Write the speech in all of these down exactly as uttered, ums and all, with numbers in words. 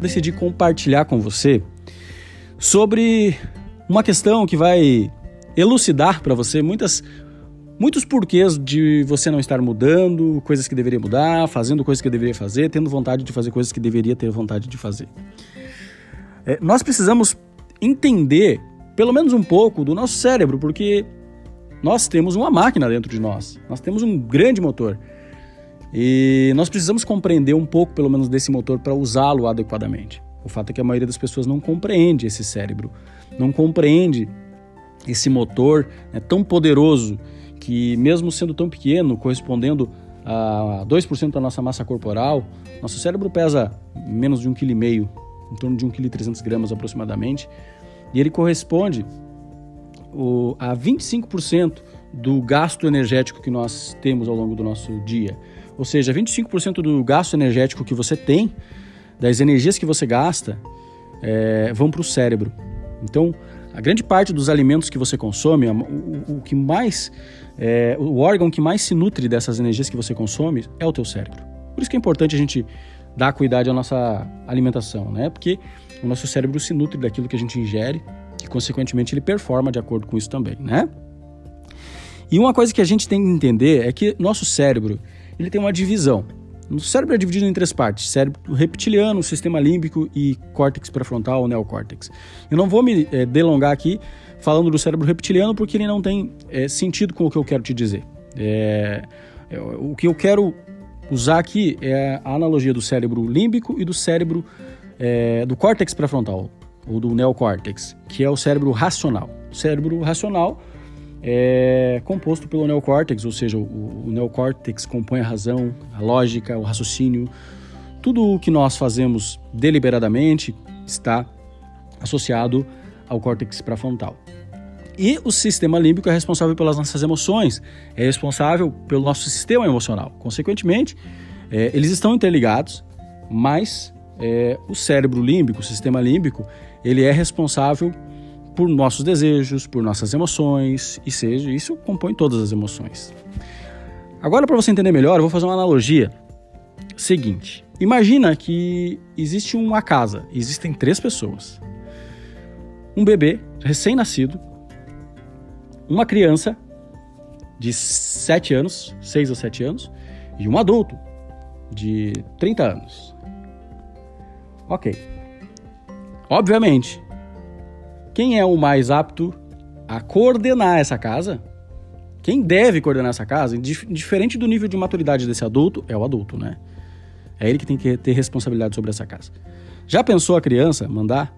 decidi compartilhar com você sobre uma questão que vai elucidar para você muitas, muitos porquês de você não estar mudando, coisas que deveria mudar, fazendo coisas que deveria fazer, tendo vontade de fazer coisas que deveria ter vontade de fazer. É, nós precisamos entender, pelo menos um pouco, do nosso cérebro, porque nós temos uma máquina dentro de nós, nós temos um grande motor. E nós precisamos compreender um pouco, pelo menos, desse motor para usá-lo adequadamente. O fato é que a maioria das pessoas não compreende esse cérebro, não compreende esse motor, né, tão poderoso que, mesmo sendo tão pequeno, correspondendo a dois por cento da nossa massa corporal, nosso cérebro pesa menos de um vírgula cinco quilograma, em torno de um vírgula trezentos gramas aproximadamente, e ele corresponde o, a vinte e cinco por cento do gasto energético que nós temos ao longo do nosso dia. Ou seja, vinte e cinco por cento do gasto energético que você tem, das energias que você gasta, é, vão para o cérebro. Então, a grande parte dos alimentos que você consome, o, o, o que mais, é, o órgão que mais se nutre dessas energias que você consome é o teu cérebro. Por isso que é importante a gente dar cuidado à nossa alimentação, né? Porque o nosso cérebro se nutre daquilo que a gente ingere e, consequentemente, ele performa de acordo com isso também, né? E uma coisa que a gente tem que entender é que nosso cérebro, ele tem uma divisão. O cérebro é dividido em três partes: cérebro reptiliano, sistema límbico e córtex pré-frontal, ou neocórtex. Eu não vou me é, delongar aqui falando do cérebro reptiliano porque ele não tem é, sentido com o que eu quero te dizer. É, é, o que eu quero usar aqui é a analogia do cérebro límbico e do cérebro é, do córtex pré-frontal, ou do neocórtex, que é o cérebro racional. O cérebro racional é composto pelo neocórtex, ou seja, o, o neocórtex compõe a razão, a lógica, o raciocínio. Tudo o que nós fazemos deliberadamente está associado ao córtex pré-frontal. E o sistema límbico é responsável pelas nossas emoções, é responsável pelo nosso sistema emocional. Consequentemente, é, eles estão interligados, mas é, o cérebro límbico, o sistema límbico, ele é responsável por nossos desejos, por nossas emoções, e seja, isso compõe todas as emoções. Agora, para você entender melhor, eu vou fazer uma analogia seguinte. Imagina que existe uma casa, existem três pessoas. Um bebê recém-nascido, uma criança de sete anos, seis ou sete anos, e um adulto de trinta anos. Ok. Obviamente, quem é o mais apto a coordenar essa casa? Quem deve coordenar essa casa, diferente do nível de maturidade desse adulto, é o adulto, né? É ele que tem que ter responsabilidade sobre essa casa. Já pensou a criança mandar?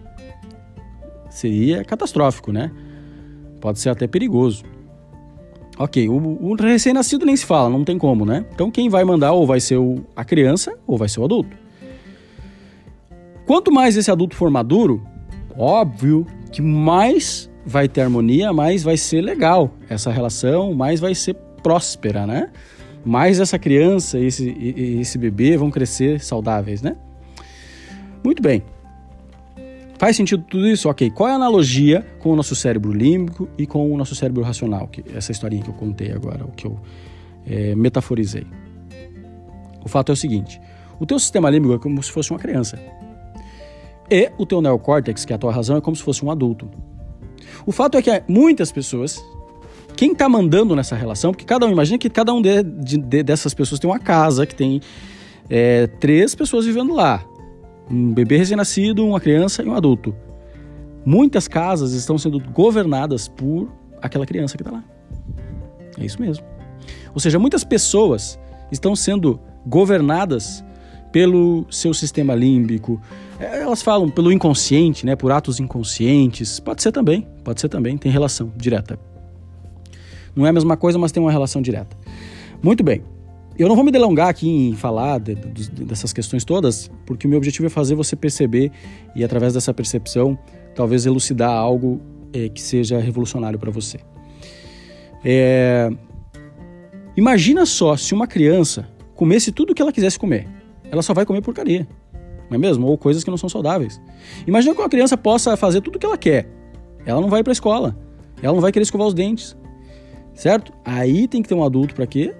Seria catastrófico, né? Pode ser até perigoso. Ok, o, o recém-nascido nem se fala, não tem como, né? Então quem vai mandar ou vai ser o, a criança ou vai ser o adulto. Quanto mais esse adulto for maduro, óbvio que mais vai ter harmonia, mais vai ser legal essa relação, mais vai ser próspera, né? Mais essa criança e esse, e esse bebê vão crescer saudáveis, né? Muito bem. Faz sentido tudo isso? Ok. Qual é a analogia com o nosso cérebro límbico e com o nosso cérebro racional? Que, essa historinha que eu contei agora, o que eu é, metaforizei. O fato é o seguinte: o teu sistema límbico é como se fosse uma criança. E o teu neocórtex, que é a tua razão, é como se fosse um adulto. O fato é que muitas pessoas, quem está mandando nessa relação, porque cada um, imagina que cada um de, de, de, dessas pessoas tem uma casa, que tem é, três pessoas vivendo lá. Um bebê recém-nascido, uma criança e um adulto. Muitas casas estão sendo governadas por aquela criança que está lá. É isso mesmo. Ou seja, muitas pessoas estão sendo governadas pelo seu sistema límbico. Elas falam pelo inconsciente, né? Por atos inconscientes. Pode ser também, pode ser também, tem relação direta. Não é a mesma coisa, mas tem uma relação direta. Muito bem. Eu não vou me delongar aqui em falar de, de, dessas questões todas, porque o meu objetivo é fazer você perceber e, através dessa percepção, talvez elucidar algo é, que seja revolucionário para você. É... Imagina só se uma criança comesse tudo o que ela quisesse comer. Ela só vai comer porcaria, não é mesmo? Ou coisas que não são saudáveis. Imagina que uma criança possa fazer tudo o que ela quer. Ela não vai para a escola, ela não vai querer escovar os dentes, certo? Aí tem que ter um adulto para quê?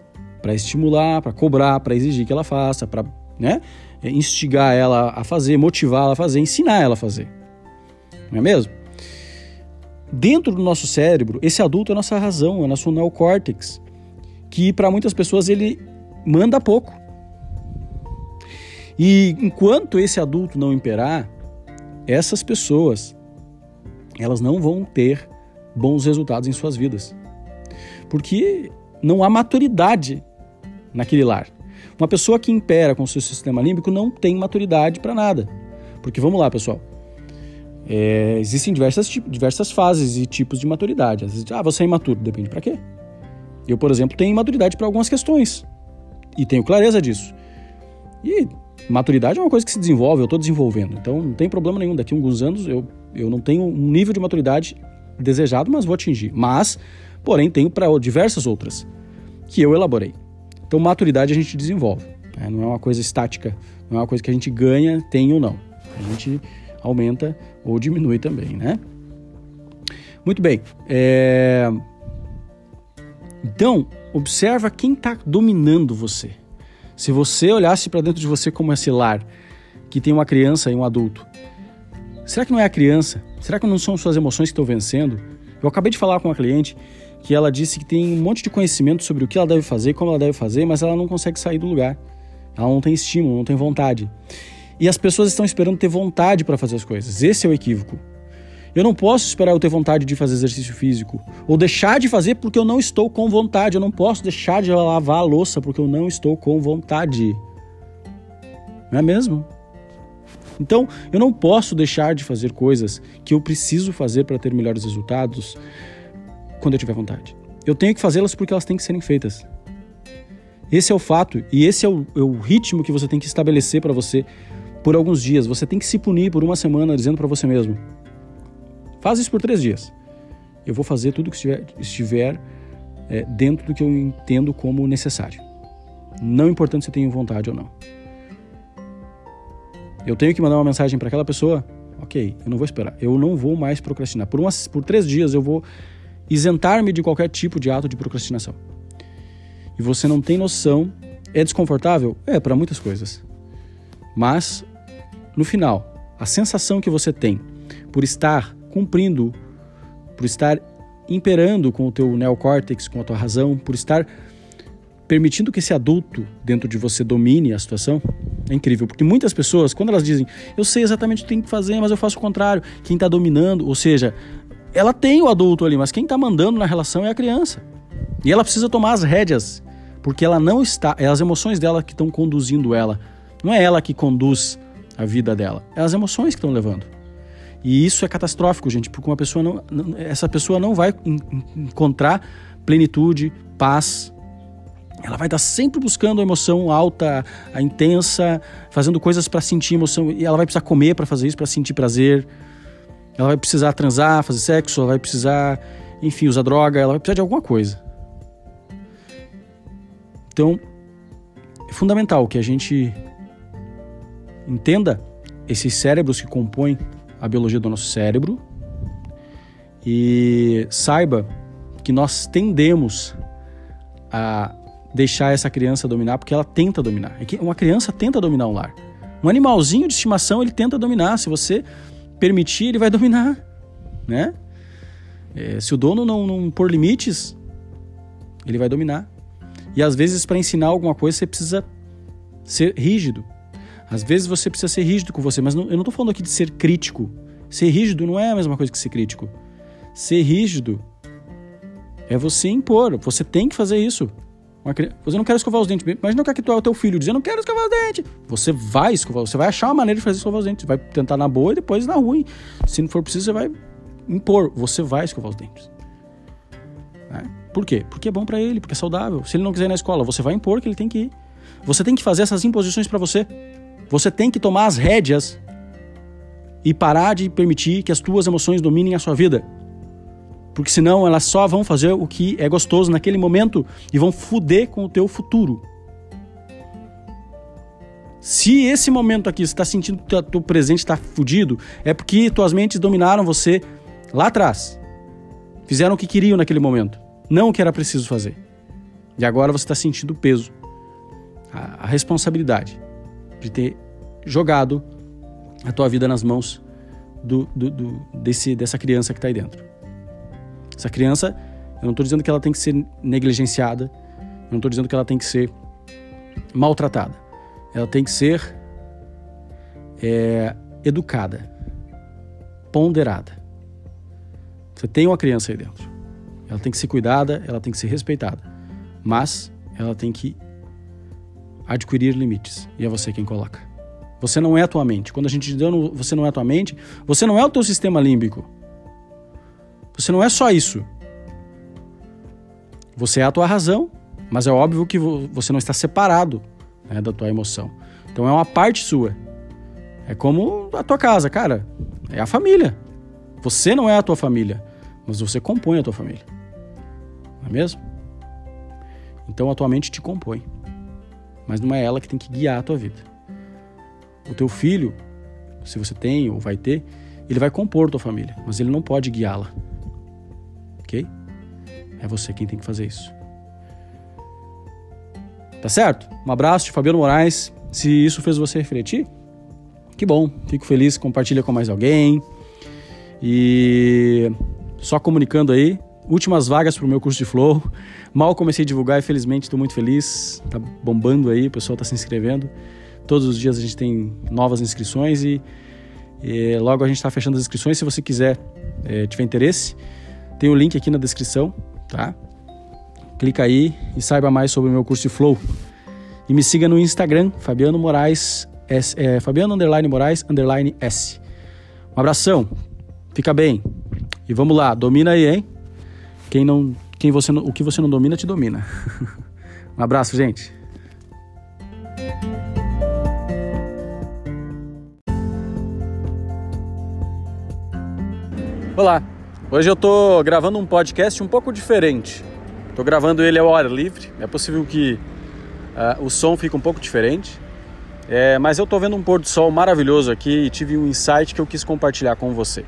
para estimular, para cobrar, para exigir que ela faça, para, né, instigar ela a fazer, motivar ela a fazer, ensinar ela a fazer. Não é mesmo? Dentro do nosso cérebro, esse adulto é a nossa razão, é o nosso neocórtex, que para muitas pessoas ele manda pouco. E enquanto esse adulto não imperar, essas pessoas, elas não vão ter bons resultados em suas vidas. Porque não há maturidade naquele lar. Uma pessoa que impera com o seu sistema límbico não tem maturidade para nada. Porque vamos lá, pessoal. É, existem diversas, diversas fases e tipos de maturidade. Às vezes, ah, você é imaturo. Depende para quê? Eu, por exemplo, tenho maturidade para algumas questões. E tenho clareza disso. E maturidade é uma coisa que se desenvolve, eu estou desenvolvendo. Então não tem problema nenhum. Daqui a alguns anos eu, eu não tenho um nível de maturidade desejado, mas vou atingir. Mas, porém, tenho para diversas outras que eu elaborei. Então maturidade a gente desenvolve. Né? Não é uma coisa estática, não é uma coisa que a gente ganha, tem ou não. A gente aumenta ou diminui também, né? Muito bem. É... Então, observa quem está dominando você. Se você olhasse para dentro de você como esse lar, que tem uma criança e um adulto, será que não é a criança? Será que não são suas emoções que estão vencendo? Eu acabei de falar com uma cliente que ela disse que tem um monte de conhecimento sobre o que ela deve fazer, como ela deve fazer, mas ela não consegue sair do lugar. Ela não tem estímulo, não tem vontade. E as pessoas estão esperando ter vontade para fazer as coisas. Esse é o equívoco. Eu não posso esperar eu ter vontade de fazer exercício físico, ou deixar de fazer porque eu não estou com vontade. Eu não posso deixar de lavar a louça porque eu não estou com vontade. Não é mesmo? Então, eu não posso deixar de fazer coisas que eu preciso fazer para ter melhores resultados quando eu tiver vontade. Eu tenho que fazê-las porque elas têm que serem feitas. Esse é o fato e esse é o, é o ritmo que você tem que estabelecer para você por alguns dias. Você tem que se punir por uma semana dizendo para você mesmo: faz isso por três dias. Eu vou fazer tudo que estiver, estiver é, dentro do que eu entendo como necessário. Não importando se eu tenho vontade ou não. Eu tenho que mandar uma mensagem para aquela pessoa. Ok, eu não vou esperar. Eu não vou mais procrastinar. Por, uma, por três dias eu vou isentar-me de qualquer tipo de ato de procrastinação. E você não tem noção. É desconfortável? É, para muitas coisas. Mas, no final, a sensação que você tem por estar cumprindo, por estar imperando com o teu neocórtex, com a tua razão, por estar permitindo que esse adulto dentro de você domine a situação, é incrível. Porque muitas pessoas, quando elas dizem, eu sei exatamente o que tem que fazer, mas eu faço o contrário, quem está dominando, ou seja, ela tem o adulto ali, mas quem está mandando na relação é a criança. E ela precisa tomar as rédeas, porque ela não está, é as emoções dela que estão conduzindo ela. Não é ela que conduz a vida dela, é as emoções que estão levando. E isso é catastrófico, gente, porque uma pessoa não, essa pessoa não vai encontrar plenitude, paz. Ela vai estar sempre buscando a emoção alta, a intensa, fazendo coisas para sentir emoção. E ela vai precisar comer para fazer isso, para sentir prazer. Ela vai precisar transar, fazer sexo, ela vai precisar, enfim, usar droga, ela vai precisar de alguma coisa. Então, é fundamental que a gente entenda esses cérebros que compõem a biologia do nosso cérebro e saiba que nós tendemos a deixar essa criança dominar porque ela tenta dominar. É que uma criança tenta dominar um lar. Um animalzinho de estimação, ele tenta dominar. Se você permitir, ele vai dominar, né? É, se o dono não, não pôr limites, ele vai dominar. E às vezes, para ensinar alguma coisa, você precisa ser rígido. Às vezes você precisa ser rígido com você, mas não, eu não estou falando aqui de ser crítico. Ser rígido não é a mesma coisa que ser crítico. Ser rígido é você impor. Você tem que fazer isso. Uma criança, você não quer escovar os dentes. Imagina que tu é o teu filho dizendo, não quero escovar os dentes. Você vai escovar, você vai achar uma maneira de fazer escovar os dentes. Você vai tentar na boa e depois na ruim. Se não for preciso, você vai impor. Você vai escovar os dentes. Né? Por quê? Porque é bom pra ele, porque é saudável. Se ele não quiser ir na escola, você vai impor que ele tem que ir. Você tem que fazer essas imposições pra você. Você tem que tomar as rédeas e parar de permitir que as tuas emoções dominem a sua vida. Porque senão elas só vão fazer o que é gostoso naquele momento e vão foder com o teu futuro. Se esse momento aqui você está sentindo que o teu presente está fudido, é porque tuas mentes dominaram você lá atrás. Fizeram o que queriam naquele momento, não o que era preciso fazer. E agora você está sentindo o peso, a, a responsabilidade de ter jogado a tua vida nas mãos do, do, do, desse, dessa criança que está aí dentro. Essa criança, eu não estou dizendo que ela tem que ser negligenciada, eu não estou dizendo que ela tem que ser maltratada. Ela tem que ser é, educada, ponderada. Você tem uma criança aí dentro. Ela tem que ser cuidada, ela tem que ser respeitada. Mas ela tem que adquirir limites. E é você quem coloca. Você não é a tua mente. Quando a gente diz você não é a tua mente, você não é o teu sistema límbico. Você não é só isso. Você é a tua razão, mas é óbvio que você não está separado, né, da tua emoção. Então é uma parte sua. É como a tua casa, cara. É a família. Você não é a tua família, mas você compõe a tua família. Não é mesmo? Então a tua mente te compõe. Mas não é ela que tem que guiar a tua vida. O teu filho, se você tem ou vai ter, ele vai compor a tua família, mas ele não pode guiá-la. Ok? É você quem tem que fazer isso. Tá certo? Um abraço de Fabiano Moraes. Se isso fez você refletir, que bom. Fico feliz. Compartilha com mais alguém. E só comunicando aí, últimas vagas para o meu curso de Flow. Mal comecei a divulgar e felizmente estou muito feliz. Tá bombando aí, o pessoal está se inscrevendo. Todos os dias a gente tem novas inscrições e, e logo a gente está fechando as inscrições. Se você quiser, é, tiver interesse, tem o link aqui na descrição, tá? Clica aí e saiba mais sobre o meu curso de Flow. E me siga no Instagram, Fabiano Moraes, S, é, Fabiano underline Moraes underline S. Um abração, fica bem. E vamos lá, domina aí, hein? Quem não, quem você, o que você não domina, te domina. Um abraço, gente. Olá, hoje eu tô gravando um podcast um pouco diferente. Tô gravando ele ao ar livre, é possível que uh, o som fique um pouco diferente, é, mas eu tô vendo um pôr do sol maravilhoso aqui e tive um insight que eu quis compartilhar com você.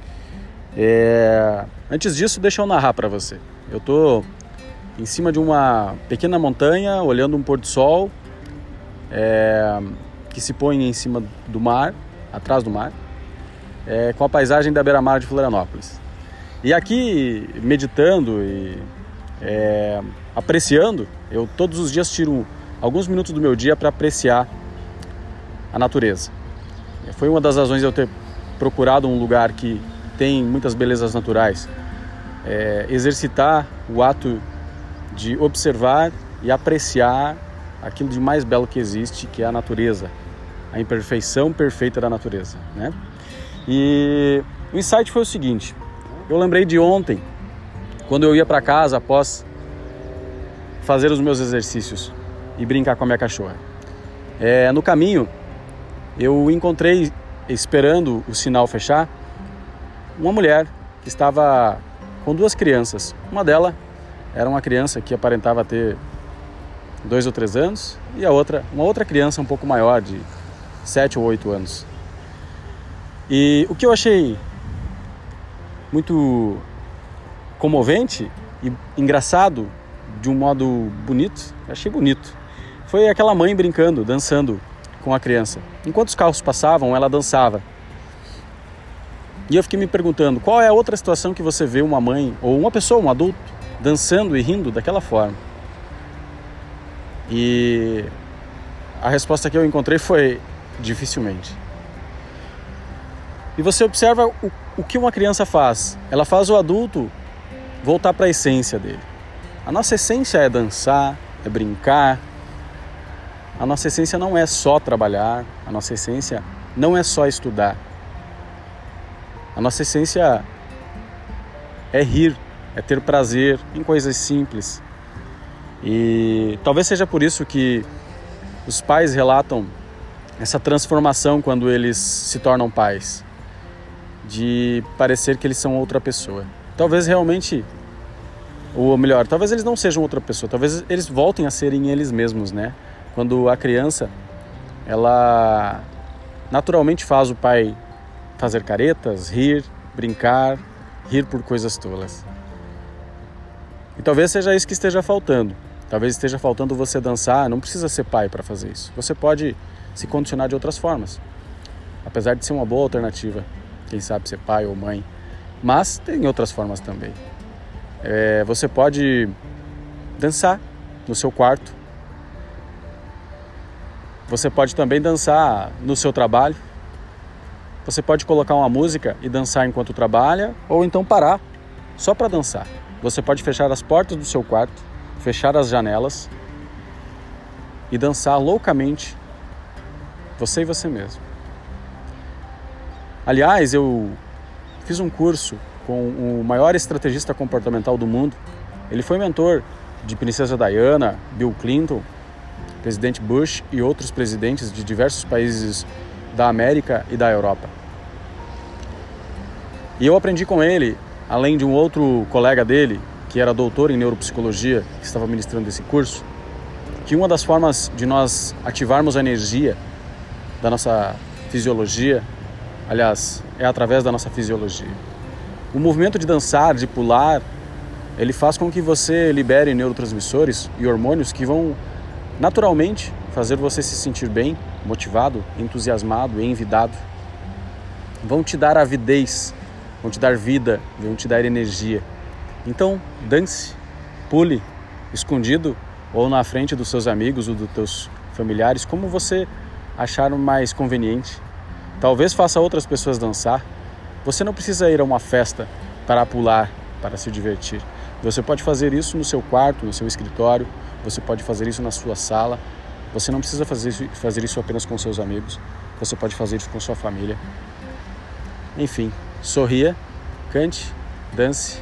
É, antes disso, deixa eu narrar para você. Eu tô em cima de uma pequena montanha, olhando um pôr do sol é, que se põe em cima do mar, atrás do mar, é, com a paisagem da beira-mar de Florianópolis. E aqui, meditando e é, apreciando, eu todos os dias tiro alguns minutos do meu dia para apreciar a natureza. Foi uma das razões de eu ter procurado um lugar que tem muitas belezas naturais. É, exercitar o ato de observar e apreciar aquilo de mais belo que existe, que é a natureza, a imperfeição perfeita da natureza, né? E o insight foi o seguinte: eu lembrei de ontem, quando eu ia para casa após fazer os meus exercícios e brincar com a minha cachorra. É, no caminho, eu encontrei, esperando o sinal fechar, uma mulher que estava com duas crianças. Uma delas era uma criança que aparentava ter dois ou três anos e a outra, uma outra criança um pouco maior, de sete ou oito anos. E o que eu achei muito comovente e engraçado, de um modo bonito, achei bonito, foi aquela mãe brincando, dançando com a criança. Enquanto os carros passavam, ela dançava. E eu fiquei me perguntando, qual é a outra situação que você vê uma mãe ou uma pessoa, um adulto, dançando e rindo daquela forma? E a resposta que eu encontrei foi dificilmente. E você observa o, o que uma criança faz. Ela faz o adulto voltar para a essência dele. A nossa essência é dançar, é brincar. A nossa essência não é só trabalhar. A nossa essência não é só estudar. A nossa essência é rir, é ter prazer em coisas simples. E talvez seja por isso que os pais relatam essa transformação quando eles se tornam pais, de parecer que eles são outra pessoa. Talvez realmente, ou melhor, talvez eles não sejam outra pessoa, talvez eles voltem a serem eles mesmos, né? Quando a criança, ela naturalmente faz o pai fazer caretas, rir, brincar, rir por coisas tolas. E talvez seja isso que esteja faltando. Talvez esteja faltando você dançar, não precisa ser pai para fazer isso. Você pode se condicionar de outras formas, apesar de ser uma boa alternativa, quem sabe ser pai ou mãe, mas tem outras formas também. É, você pode dançar no seu quarto, você pode também dançar no seu trabalho, você pode colocar uma música e dançar enquanto trabalha, ou então parar só para dançar. Você pode fechar as portas do seu quarto, fechar as janelas e dançar loucamente, você e você mesmo. Aliás, eu fiz um curso com o maior estrategista comportamental do mundo. Ele foi mentor de Princesa Diana, Bill Clinton, presidente Bush e outros presidentes de diversos países da América e da Europa. E eu aprendi com ele, além de um outro colega dele, que era doutor em neuropsicologia, que estava ministrando esse curso, que uma das formas de nós ativarmos a energia da nossa fisiologia, aliás, é através da nossa fisiologia. O movimento de dançar, de pular, ele faz com que você libere neurotransmissores e hormônios que vão naturalmente fazer você se sentir bem, motivado, entusiasmado, envidado. Vão te dar avidez, vão te dar vida, vão te dar energia. Então, dance, pule, escondido ou na frente dos seus amigos ou dos teus familiares, como você achar mais conveniente. Talvez faça outras pessoas dançar. Você não precisa ir a uma festa para pular, para se divertir. Você pode fazer isso no seu quarto, no seu escritório, você pode fazer isso na sua sala. Você não precisa fazer isso, fazer isso apenas com seus amigos, você pode fazer isso com sua família. Enfim, sorria, cante, dance.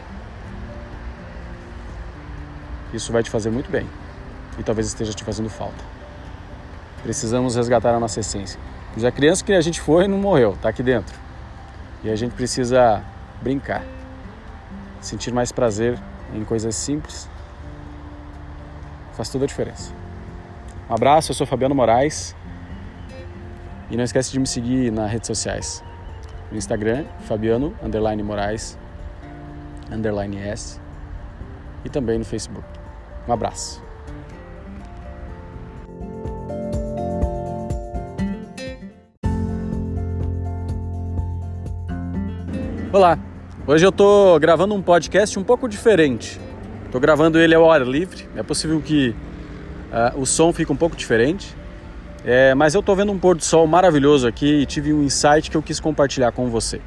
Isso vai te fazer muito bem e talvez esteja te fazendo falta. Precisamos resgatar a nossa essência. Já a criança que a gente foi não morreu, está aqui dentro. E a gente precisa brincar, sentir mais prazer em coisas simples. Faz toda a diferença. Um abraço, eu sou Fabiano Moraes. E não esquece de me seguir nas redes sociais. No Instagram, Fabiano, underline Moraes, underline S. E também no Facebook. Um abraço. Olá, hoje eu tô gravando um podcast um pouco diferente. Tô gravando ele ao ar livre, é possível que uh, o som fique um pouco diferente, é, mas eu tô vendo um pôr do sol maravilhoso aqui e tive um insight que eu quis compartilhar com você.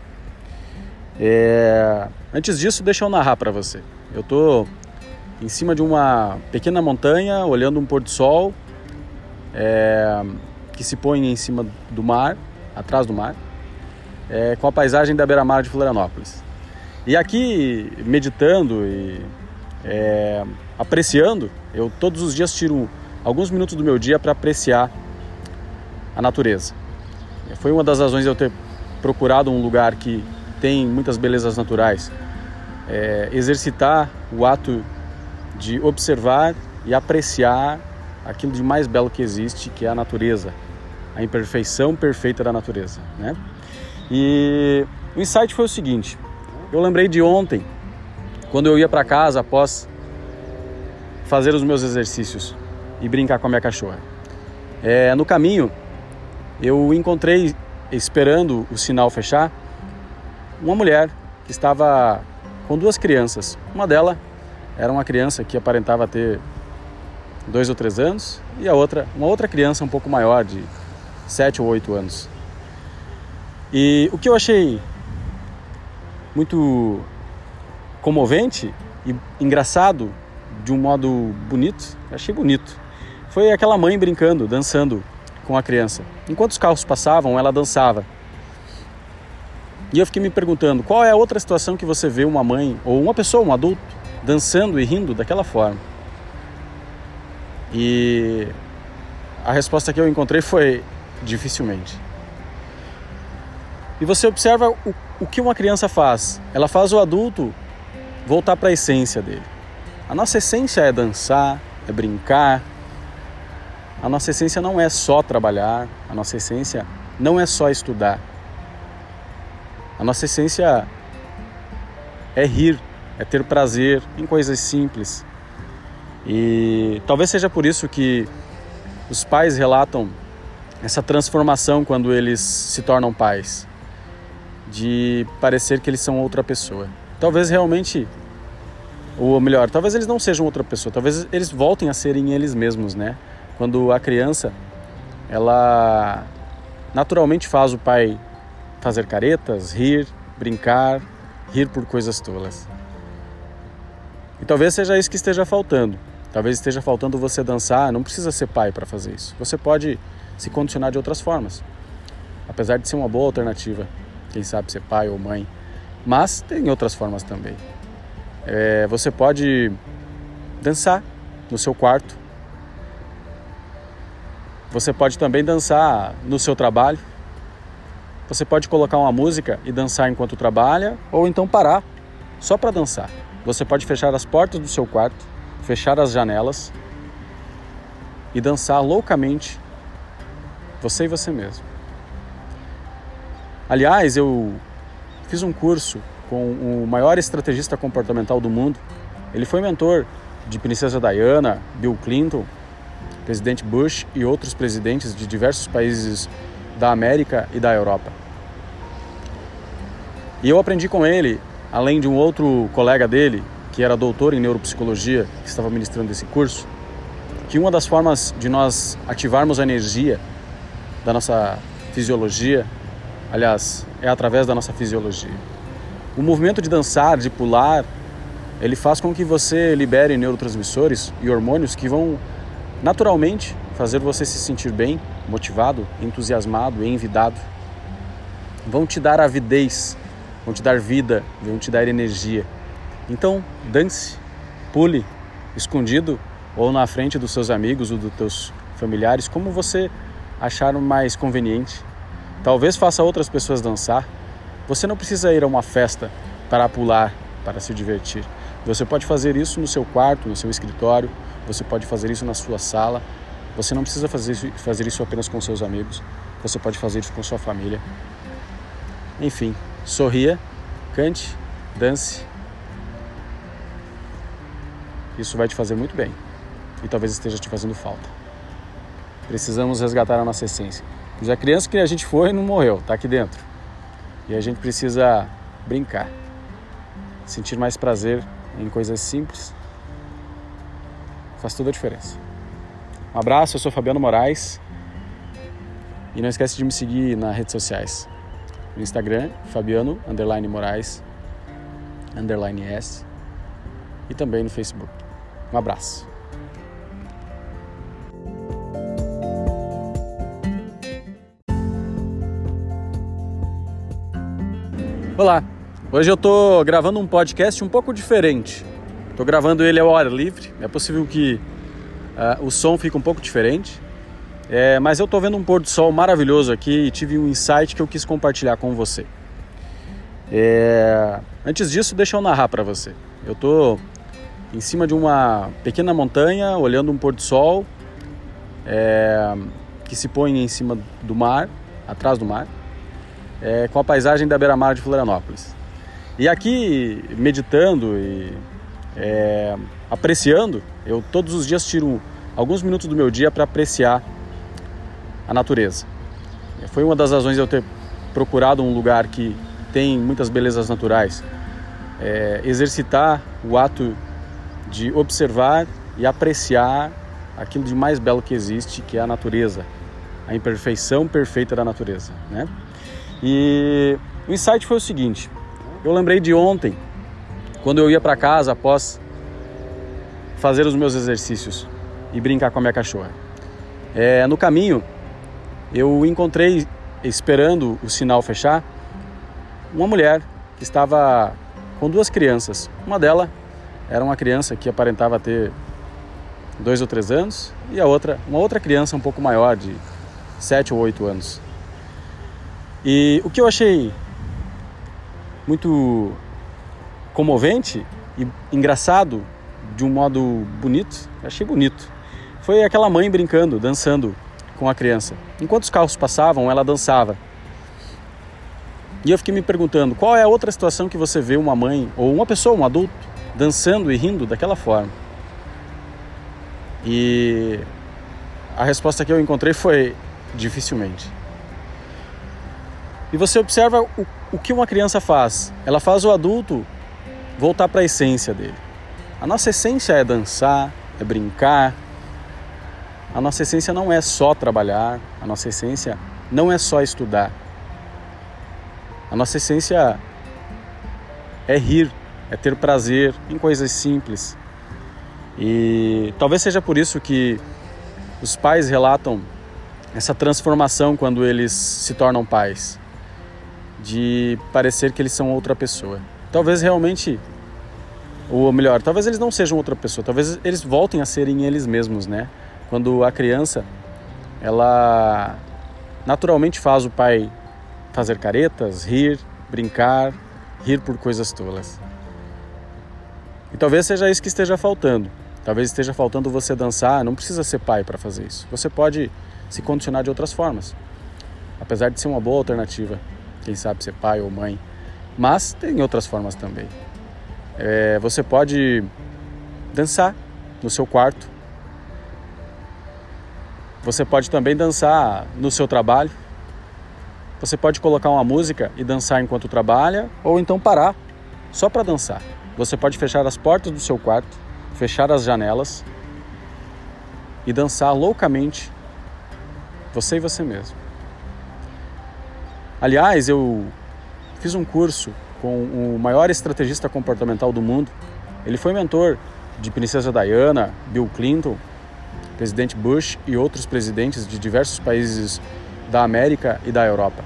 É, antes disso, deixa eu narrar para você. Eu tô em cima de uma pequena montanha, olhando um pôr do sol é, que se põe em cima do mar, atrás do mar, É, com a paisagem da beira-mar de Florianópolis. E aqui, meditando e é, apreciando, eu todos os dias tiro alguns minutos do meu dia para apreciar a natureza. Foi uma das razões de eu ter procurado um lugar que tem muitas belezas naturais. É, exercitar o ato de observar e apreciar aquilo de mais belo que existe, que é a natureza, a imperfeição perfeita da natureza, né? E o insight foi o seguinte: eu lembrei de ontem, quando eu ia para casa após fazer os meus exercícios e brincar com a minha cachorra. É, no caminho, eu encontrei, esperando o sinal fechar, uma mulher que estava com duas crianças. Uma delas era uma criança que aparentava ter dois ou três anos e a outra, uma outra criança um pouco maior, de sete ou oito anos. E o que eu achei muito comovente e engraçado, de um modo bonito, achei bonito, foi aquela mãe brincando, dançando com a criança. Enquanto os carros passavam, ela dançava. E eu fiquei me perguntando, qual é a outra situação que você vê uma mãe ou uma pessoa, um adulto, dançando e rindo daquela forma? E a resposta que eu encontrei foi dificilmente. E você observa o, o que uma criança faz. Ela faz o adulto voltar para a essência dele. A nossa essência é dançar, é brincar. A nossa essência não é só trabalhar. A nossa essência não é só estudar. A nossa essência é rir, é ter prazer em coisas simples. E talvez seja por isso que os pais relatam essa transformação quando eles se tornam pais, de parecer que eles são outra pessoa. Talvez realmente, ou melhor, talvez eles não sejam outra pessoa, talvez eles voltem a serem eles mesmos, né? Quando a criança, ela naturalmente faz o pai fazer caretas, rir, brincar, rir por coisas tolas. E talvez seja isso que esteja faltando. Talvez esteja faltando você dançar, não precisa ser pai para fazer isso. Você pode se condicionar de outras formas. Apesar de ser uma boa alternativa, quem sabe ser pai ou mãe. Mas tem outras formas também. É, você pode dançar no seu quarto. Você pode também dançar no seu trabalho. Você pode colocar uma música e dançar enquanto trabalha, ou então parar só para dançar. Você pode fechar as portas do seu quarto, fechar as janelas e dançar loucamente, você e você mesmo. Aliás, eu fiz um curso com o maior estrategista comportamental do mundo. Ele foi mentor de Princesa Diana, Bill Clinton, presidente Bush e outros presidentes de diversos países da América e da Europa. E eu aprendi com ele, além de um outro colega dele, que era doutor em neuropsicologia, que estava ministrando esse curso, que uma das formas de nós ativarmos a energia da nossa fisiologia, aliás, é através da nossa fisiologia. O movimento de dançar, de pular, ele faz com que você libere neurotransmissores e hormônios que vão naturalmente fazer você se sentir bem, motivado, entusiasmado, envidado. Vão te dar avidez, vão te dar vida, vão te dar energia. Então, dance, pule, escondido ou na frente dos seus amigos ou dos teus familiares, como você achar mais conveniente. Talvez faça outras pessoas dançar. Você não precisa ir a uma festa para pular, para se divertir. Você pode fazer isso no seu quarto, no seu escritório, você pode fazer isso na sua sala. Você não precisa fazer isso, fazer isso apenas com seus amigos, você pode fazer isso com sua família. Enfim, sorria, cante, dance. Isso vai te fazer muito bem e talvez esteja te fazendo falta. Precisamos resgatar a nossa essência. Já a criança que a gente foi não morreu, está aqui dentro. E a gente precisa brincar, sentir mais prazer em coisas simples. Faz toda a diferença. Um abraço, eu sou Fabiano Moraes. E não esquece de me seguir nas redes sociais. No Instagram, Fabiano, underline Moraes, underline S. E também no Facebook. Um abraço. Olá, hoje eu tô gravando um podcast um pouco diferente. Tô gravando ele ao ar livre, é possível que uh, o som fique um pouco diferente, é, mas eu tô vendo um pôr do sol maravilhoso aqui e tive um insight que eu quis compartilhar com você. É, antes disso, deixa eu narrar para você. Eu tô em cima de uma pequena montanha, olhando um pôr do sol é, que se põe em cima do mar, atrás do mar. É, com a paisagem da beira-mar de Florianópolis. E aqui, meditando e é, apreciando, eu todos os dias tiro alguns minutos do meu dia para apreciar a natureza. Foi uma das razões de eu ter procurado um lugar que tem muitas belezas naturais. É, exercitar o ato de observar e apreciar aquilo de mais belo que existe, que é a natureza, a imperfeição perfeita da natureza, né? E o insight foi o seguinte: eu lembrei de ontem, quando eu ia para casa após fazer os meus exercícios e brincar com a minha cachorra. É, no caminho, eu encontrei, esperando o sinal fechar, uma mulher que estava com duas crianças. Uma delas era uma criança que aparentava ter dois ou três anos e a outra, uma outra criança um pouco maior, de sete ou oito anos. E o que eu achei muito comovente e engraçado, de um modo bonito, achei bonito, foi aquela mãe brincando, dançando com a criança. Enquanto os carros passavam, ela dançava. E eu fiquei me perguntando, qual é a outra situação que você vê uma mãe, ou uma pessoa, um adulto, dançando e rindo daquela forma? E a resposta que eu encontrei foi dificilmente. E você observa o, o que uma criança faz. Ela faz o adulto voltar para a essência dele. A nossa essência é dançar, é brincar. A nossa essência não é só trabalhar. A nossa essência não é só estudar. A nossa essência é rir, é ter prazer em coisas simples. E talvez seja por isso que os pais relatam essa transformação quando eles se tornam pais, de parecer que eles são outra pessoa. Talvez realmente, ou melhor, talvez eles não sejam outra pessoa, talvez eles voltem a serem eles mesmos, né? Quando a criança, ela naturalmente faz o pai fazer caretas, rir, brincar, rir por coisas tolas. E talvez seja isso que esteja faltando. Talvez esteja faltando você dançar, não precisa ser pai para fazer isso. Você pode se condicionar de outras formas. Apesar de ser uma boa alternativa, quem sabe ser pai ou mãe. Mas tem outras formas também. É, você pode dançar no seu quarto. Você pode também dançar no seu trabalho. Você pode colocar uma música e dançar enquanto trabalha, ou então parar só para dançar. Você pode fechar as portas do seu quarto, fechar as janelas e dançar loucamente, você e você mesmo. Aliás, eu fiz um curso com o maior estrategista comportamental do mundo. Ele foi mentor de Princesa Diana, Bill Clinton, presidente Bush e outros presidentes de diversos países da América e da Europa.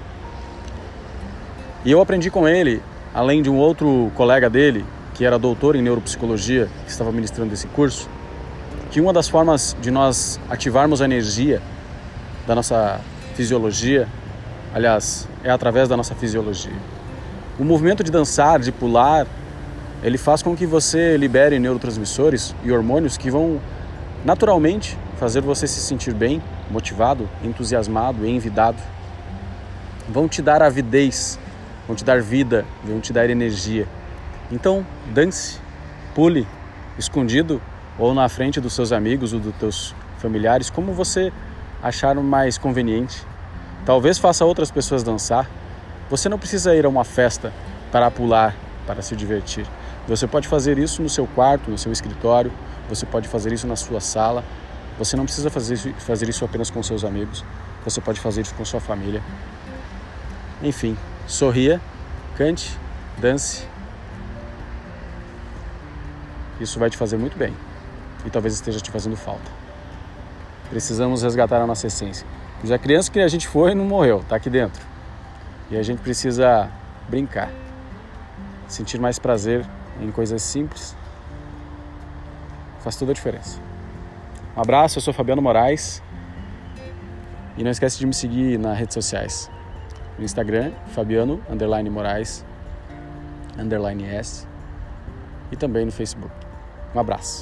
E eu aprendi com ele, além de um outro colega dele, que era doutor em neuropsicologia, que estava ministrando esse curso, que uma das formas de nós ativarmos a energia da nossa fisiologia, aliás, é através da nossa fisiologia. O movimento de dançar, de pular, ele faz com que você libere neurotransmissores e hormônios que vão naturalmente fazer você se sentir bem, motivado, entusiasmado e envidado. Vão te dar avidez, vão te dar vida, vão te dar energia. Então, dance, pule, escondido ou na frente dos seus amigos ou dos teus familiares, como você achar mais conveniente. Talvez faça outras pessoas dançar. Você não precisa ir a uma festa para pular, para se divertir. Você pode fazer isso no seu quarto, no seu escritório, você pode fazer isso na sua sala. Você não precisa fazer isso, fazer isso apenas com seus amigos, você pode fazer isso com sua família. Enfim, sorria, cante, dance. Isso vai te fazer muito bem e talvez esteja te fazendo falta. Precisamos resgatar a nossa essência. Já a criança que a gente foi não morreu, está aqui dentro. E a gente precisa brincar, sentir mais prazer em coisas simples. Faz toda a diferença. Um abraço, eu sou Fabiano Moraes. E não esquece de me seguir nas redes sociais. No Instagram, Fabiano, underline Moraes, underline S. E também no Facebook. Um abraço.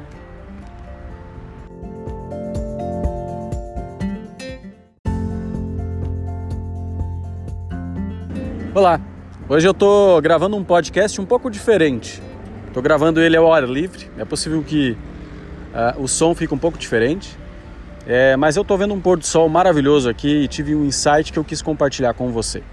Olá, hoje eu estou gravando um podcast um pouco diferente. Estou gravando ele ao ar livre, é possível que uh, o som fique um pouco diferente, é, mas eu estou vendo um pôr do sol maravilhoso aqui e tive um insight que eu quis compartilhar com você.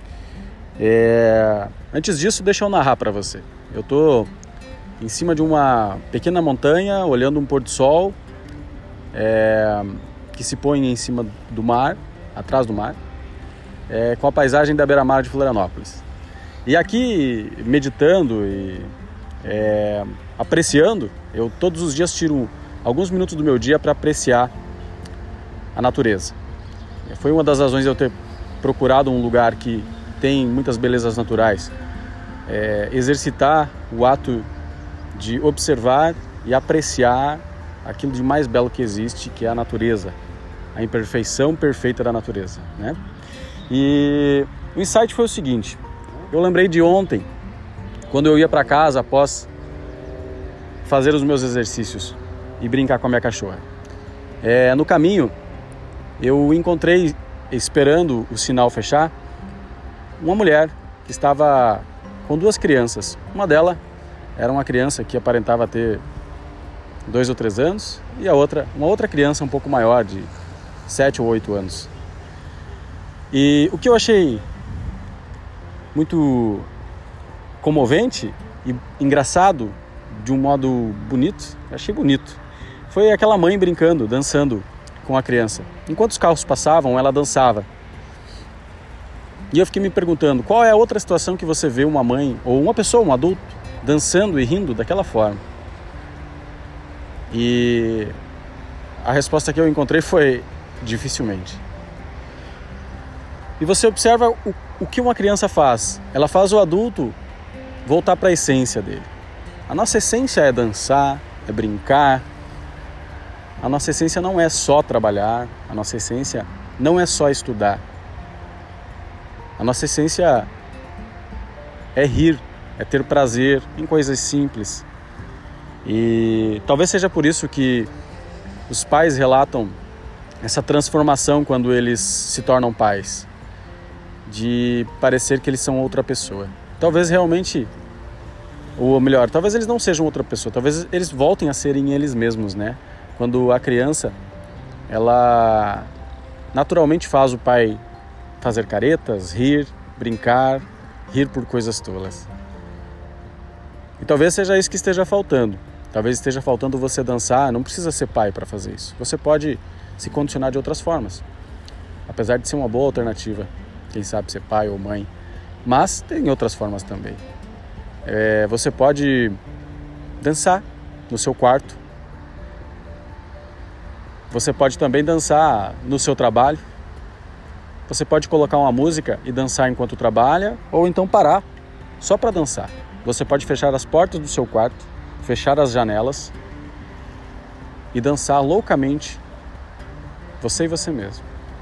É, antes disso, deixa eu narrar para você. Eu estou em cima de uma pequena montanha, olhando um pôr do sol é, que se põe em cima do mar, atrás do mar, É, com a paisagem da beira-mar de Florianópolis. E aqui, meditando e é, apreciando, eu todos os dias tiro alguns minutos do meu dia para apreciar a natureza. Foi uma das razões de eu ter procurado um lugar que tem muitas belezas naturais. É, exercitar o ato de observar e apreciar aquilo de mais belo que existe, que é a natureza, a imperfeição perfeita da natureza, né? E o insight foi o seguinte: eu lembrei de ontem, quando eu ia para casa após fazer os meus exercícios e brincar com a minha cachorra. É, no caminho, eu encontrei, esperando o sinal fechar, uma mulher que estava com duas crianças. Uma delas era uma criança que aparentava ter dois ou três anos, e a outra, uma outra criança um pouco maior, de sete ou oito anos. E o que eu achei muito comovente e engraçado, de um modo bonito, achei bonito, foi aquela mãe brincando, dançando com a criança. Enquanto os carros passavam, ela dançava. E eu fiquei me perguntando, qual é a outra situação que você vê uma mãe, ou uma pessoa, um adulto, dançando e rindo daquela forma? E a resposta que eu encontrei foi, dificilmente. E você observa o, o que uma criança faz. Ela faz o adulto voltar para a essência dele. A nossa essência é dançar, é brincar. A nossa essência não é só trabalhar. A nossa essência não é só estudar. A nossa essência é rir, é ter prazer em coisas simples. E talvez seja por isso que os pais relatam essa transformação quando eles se tornam pais, de parecer que eles são outra pessoa. Talvez realmente, ou melhor, talvez eles não sejam outra pessoa, talvez eles voltem a serem eles mesmos, né? Quando a criança, ela naturalmente faz o pai fazer caretas, rir, brincar, rir por coisas tolas. E talvez seja isso que esteja faltando. Talvez esteja faltando você dançar, não precisa ser pai para fazer isso. Você pode se condicionar de outras formas. Apesar de ser uma boa alternativa, quem sabe ser pai ou mãe. Mas tem outras formas também. É, você pode dançar no seu quarto. Você pode também dançar no seu trabalho. Você pode colocar uma música e dançar enquanto trabalha, ou então parar só para dançar. Você pode fechar as portas do seu quarto, fechar as janelas e dançar loucamente, você e você mesmo.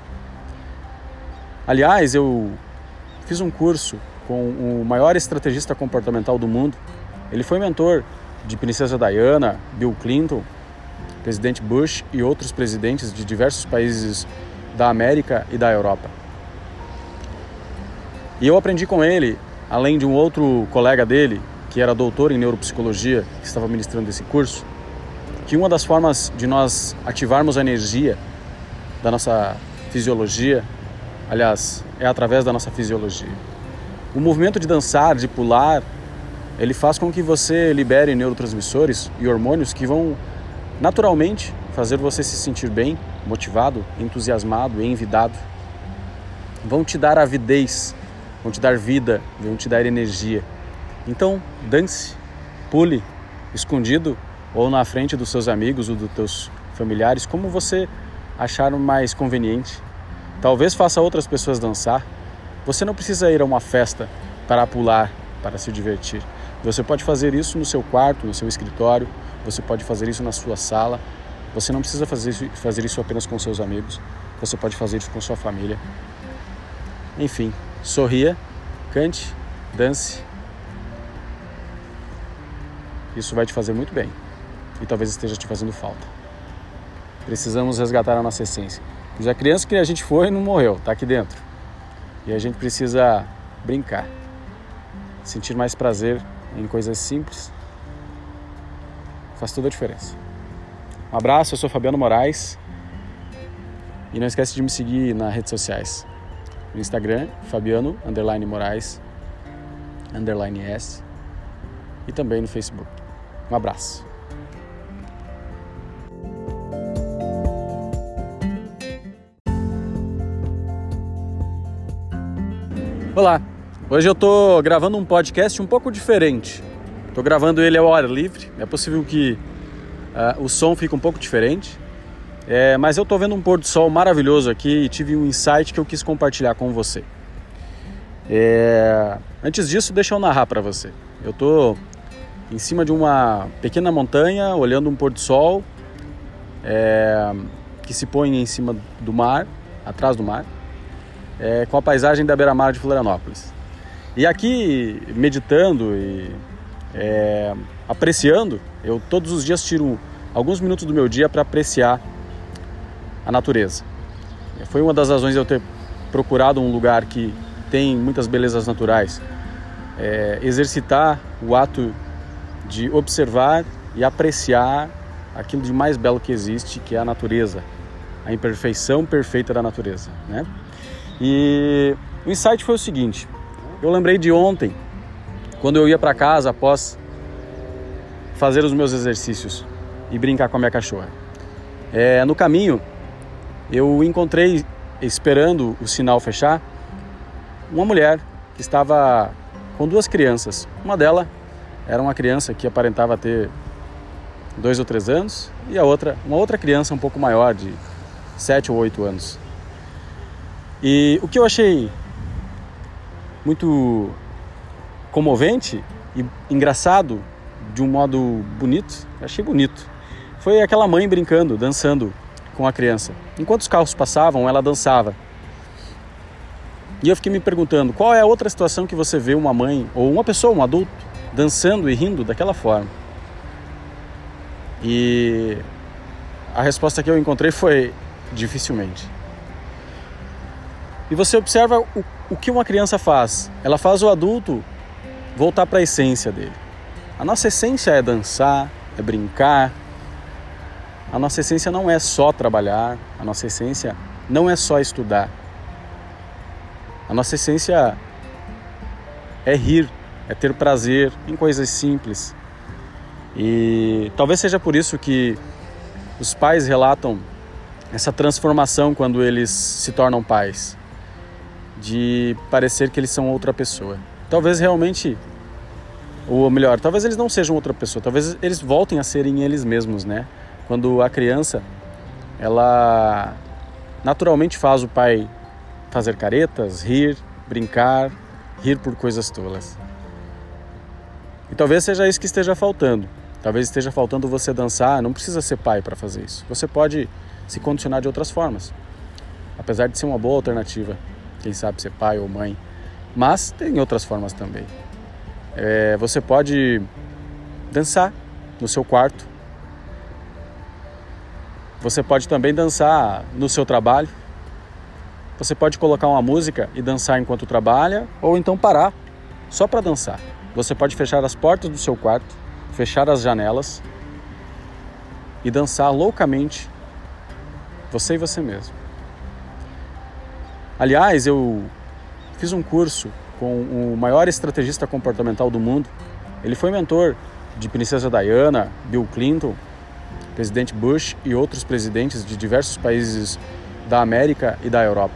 Aliás, eu fiz um curso com o maior estrategista comportamental do mundo. Ele foi mentor de Princesa Diana, Bill Clinton, presidente Bush e outros presidentes de diversos países da América e da Europa. E eu aprendi com ele, além de um outro colega dele, que era doutor em neuropsicologia, que estava ministrando esse curso, que uma das formas de nós ativarmos a energia da nossa fisiologia, aliás, é através da nossa fisiologia. O movimento de dançar, de pular, ele faz com que você libere neurotransmissores e hormônios que vão naturalmente fazer você se sentir bem, motivado, entusiasmado e envidado. Vão te dar avidez, vão te dar vida, vão te dar energia. Então, dance, pule, escondido ou na frente dos seus amigos ou dos teus familiares, como você achar mais conveniente. Talvez faça outras pessoas dançar. Você não precisa ir a uma festa para pular, para se divertir. Você pode fazer isso no seu quarto, no seu escritório, você pode fazer isso na sua sala. Você não precisa fazer isso, fazer isso apenas com seus amigos, você pode fazer isso com sua família. Enfim, sorria, cante, dance. Isso vai te fazer muito bem e talvez esteja te fazendo falta. Precisamos resgatar a nossa essência. Pois a criança que a gente foi não morreu, está aqui dentro. E a gente precisa brincar, sentir mais prazer em coisas simples. Faz toda a diferença. Um abraço, eu sou Fabiano Moraes. E não esquece de me seguir nas redes sociais. No Instagram, Fabiano, underline Moraes, underline S. E também no Facebook. Um abraço. Olá, hoje eu tô gravando um podcast um pouco diferente. Tô gravando ele ao ar livre, é possível que uh, o som fique um pouco diferente. É, mas eu tô vendo um pôr do sol maravilhoso aqui e tive um insight que eu quis compartilhar com você. É, antes disso, deixa eu narrar para você. Eu tô em cima de uma pequena montanha, olhando um pôr do sol é, que se põe em cima do mar, atrás do mar. É, com a paisagem da beira-mar de Florianópolis. E aqui, meditando e é, apreciando, eu todos os dias tiro alguns minutos do meu dia para apreciar a natureza. Foi uma das razões de eu ter procurado um lugar que tem muitas belezas naturais. É, exercitar o ato de observar e apreciar aquilo de mais belo que existe, que é a natureza, a imperfeição perfeita da natureza, né? E o insight foi o seguinte: eu lembrei de ontem, quando eu ia para casa após fazer os meus exercícios e brincar com a minha cachorra. É, no caminho, eu encontrei, esperando o sinal fechar, uma mulher que estava com duas crianças. Uma delas era uma criança que aparentava ter dois ou três anos e a outra, uma outra criança um pouco maior, de sete ou oito anos. E o que eu achei muito comovente e engraçado, de um modo bonito, achei bonito, foi aquela mãe brincando, dançando com a criança. Enquanto os carros passavam, ela dançava. E eu fiquei me perguntando, qual é a outra situação que você vê uma mãe, ou uma pessoa, um adulto, dançando e rindo daquela forma? E a resposta que eu encontrei foi: dificilmente. E você observa o, o que uma criança faz. Ela faz o adulto voltar para a essência dele. A nossa essência é dançar, é brincar. A nossa essência não é só trabalhar. A nossa essência não é só estudar. A nossa essência é rir, é ter prazer em coisas simples. E talvez seja por isso que os pais relatam essa transformação quando eles se tornam pais, de parecer que eles são outra pessoa. Talvez realmente, ou melhor, talvez eles não sejam outra pessoa, talvez eles voltem a serem eles mesmos, né? Quando a criança, ela naturalmente faz o pai fazer caretas, rir, brincar, rir por coisas tolas. E talvez seja isso que esteja faltando. Talvez esteja faltando você dançar. Não precisa ser pai para fazer isso. Você pode se condicionar de outras formas, apesar de ser uma boa alternativa, quem sabe ser pai ou mãe. Mas tem outras formas também. É, você pode dançar no seu quarto. Você pode também dançar no seu trabalho. Você pode colocar uma música e dançar enquanto trabalha, ou então parar só para dançar. Você pode fechar as portas do seu quarto, fechar as janelas e dançar loucamente, você e você mesmo. Aliás, eu fiz um curso com o maior estrategista comportamental do mundo. Ele foi mentor de Princesa Diana, Bill Clinton, presidente Bush e outros presidentes de diversos países da América e da Europa.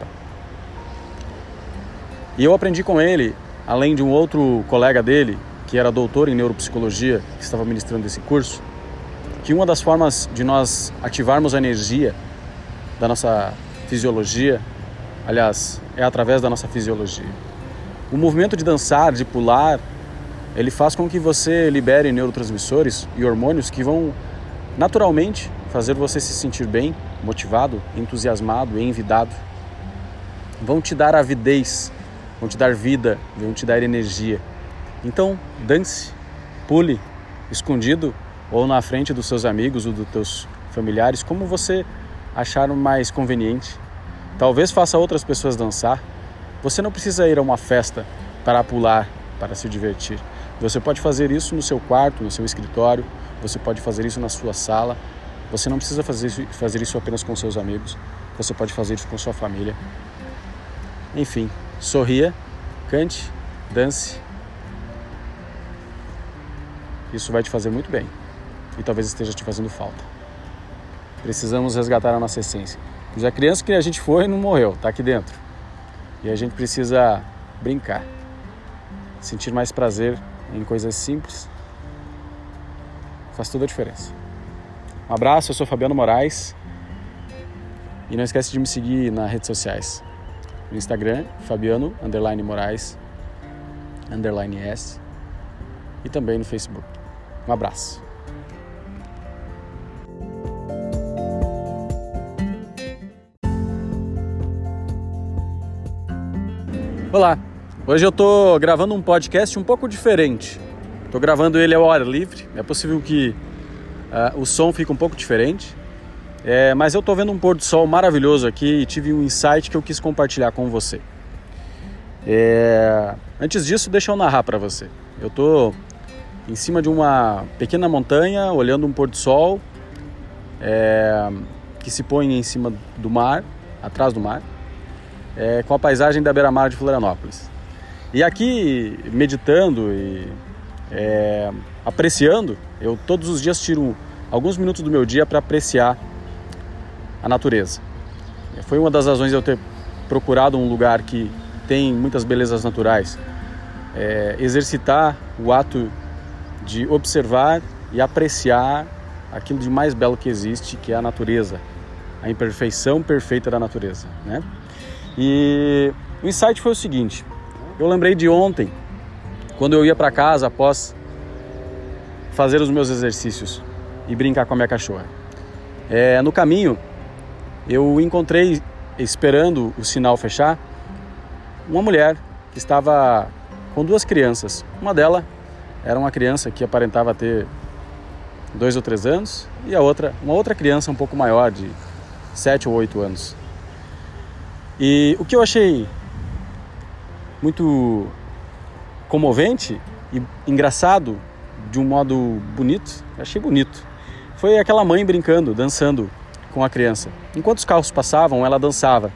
E eu aprendi com ele, além de um outro colega dele, que era doutor em neuropsicologia, que estava ministrando esse curso, que uma das formas de nós ativarmos a energia da nossa fisiologia, aliás, é através da nossa fisiologia. O movimento de dançar, de pular, ele faz com que você libere neurotransmissores e hormônios que vão naturalmente fazer você se sentir bem, motivado, entusiasmado, envidado. Vão te dar avidez, vão te dar vida, vão te dar energia. Então, dance, pule, escondido ou na frente dos seus amigos ou dos teus familiares, como você achar mais conveniente. Talvez faça outras pessoas dançar. Você não precisa ir a uma festa para pular, para se divertir. Você pode fazer isso no seu quarto, no seu escritório, você pode fazer isso na sua sala. Você não precisa fazer isso, fazer isso apenas com seus amigos, você pode fazer isso com sua família. Enfim, sorria, cante, dance. Isso vai te fazer muito bem e talvez esteja te fazendo falta. Precisamos resgatar a nossa essência. Pois a criança que a gente foi não morreu, está aqui dentro. E a gente precisa brincar, sentir mais prazer em coisas simples. Faz toda a diferença. Um abraço, eu sou Fabiano Moraes. E não esquece de me seguir nas redes sociais. No Instagram, Fabiano, underline Moraes, underline S. E também no Facebook. Um abraço. Olá, hoje eu tô gravando um podcast um pouco diferente. Tô gravando ele ao ar livre, é possível que uh, o som fique um pouco diferente, é, mas eu tô vendo um pôr do sol maravilhoso aqui e tive um insight que eu quis compartilhar com você. É, antes disso, deixa eu narrar para você. Eu tô em cima de uma pequena montanha, olhando um pôr do sol é, que se põe em cima do mar, atrás do mar, é, com a paisagem da beira-mar de Florianópolis. E aqui, meditando e é, apreciando, eu todos os dias tiro alguns minutos do meu dia para apreciar a natureza. Foi uma das razões de eu ter procurado um lugar que tem muitas belezas naturais. É, exercitar o ato de observar e apreciar aquilo de mais belo que existe, que é a natureza, a imperfeição perfeita da natureza, né? E o insight foi o seguinte: eu lembrei de ontem, quando eu ia para casa após fazer os meus exercícios e brincar com a minha cachorra. É, no caminho, eu encontrei, esperando o sinal fechar, uma mulher que estava com duas crianças. Uma delas era uma criança que aparentava ter dois ou três anos e a outra, uma outra criança um pouco maior, de sete ou oito anos. E o que eu achei muito comovente e engraçado, de um modo bonito, achei bonito, foi aquela mãe brincando, dançando com a criança. Enquanto os carros passavam, ela dançava.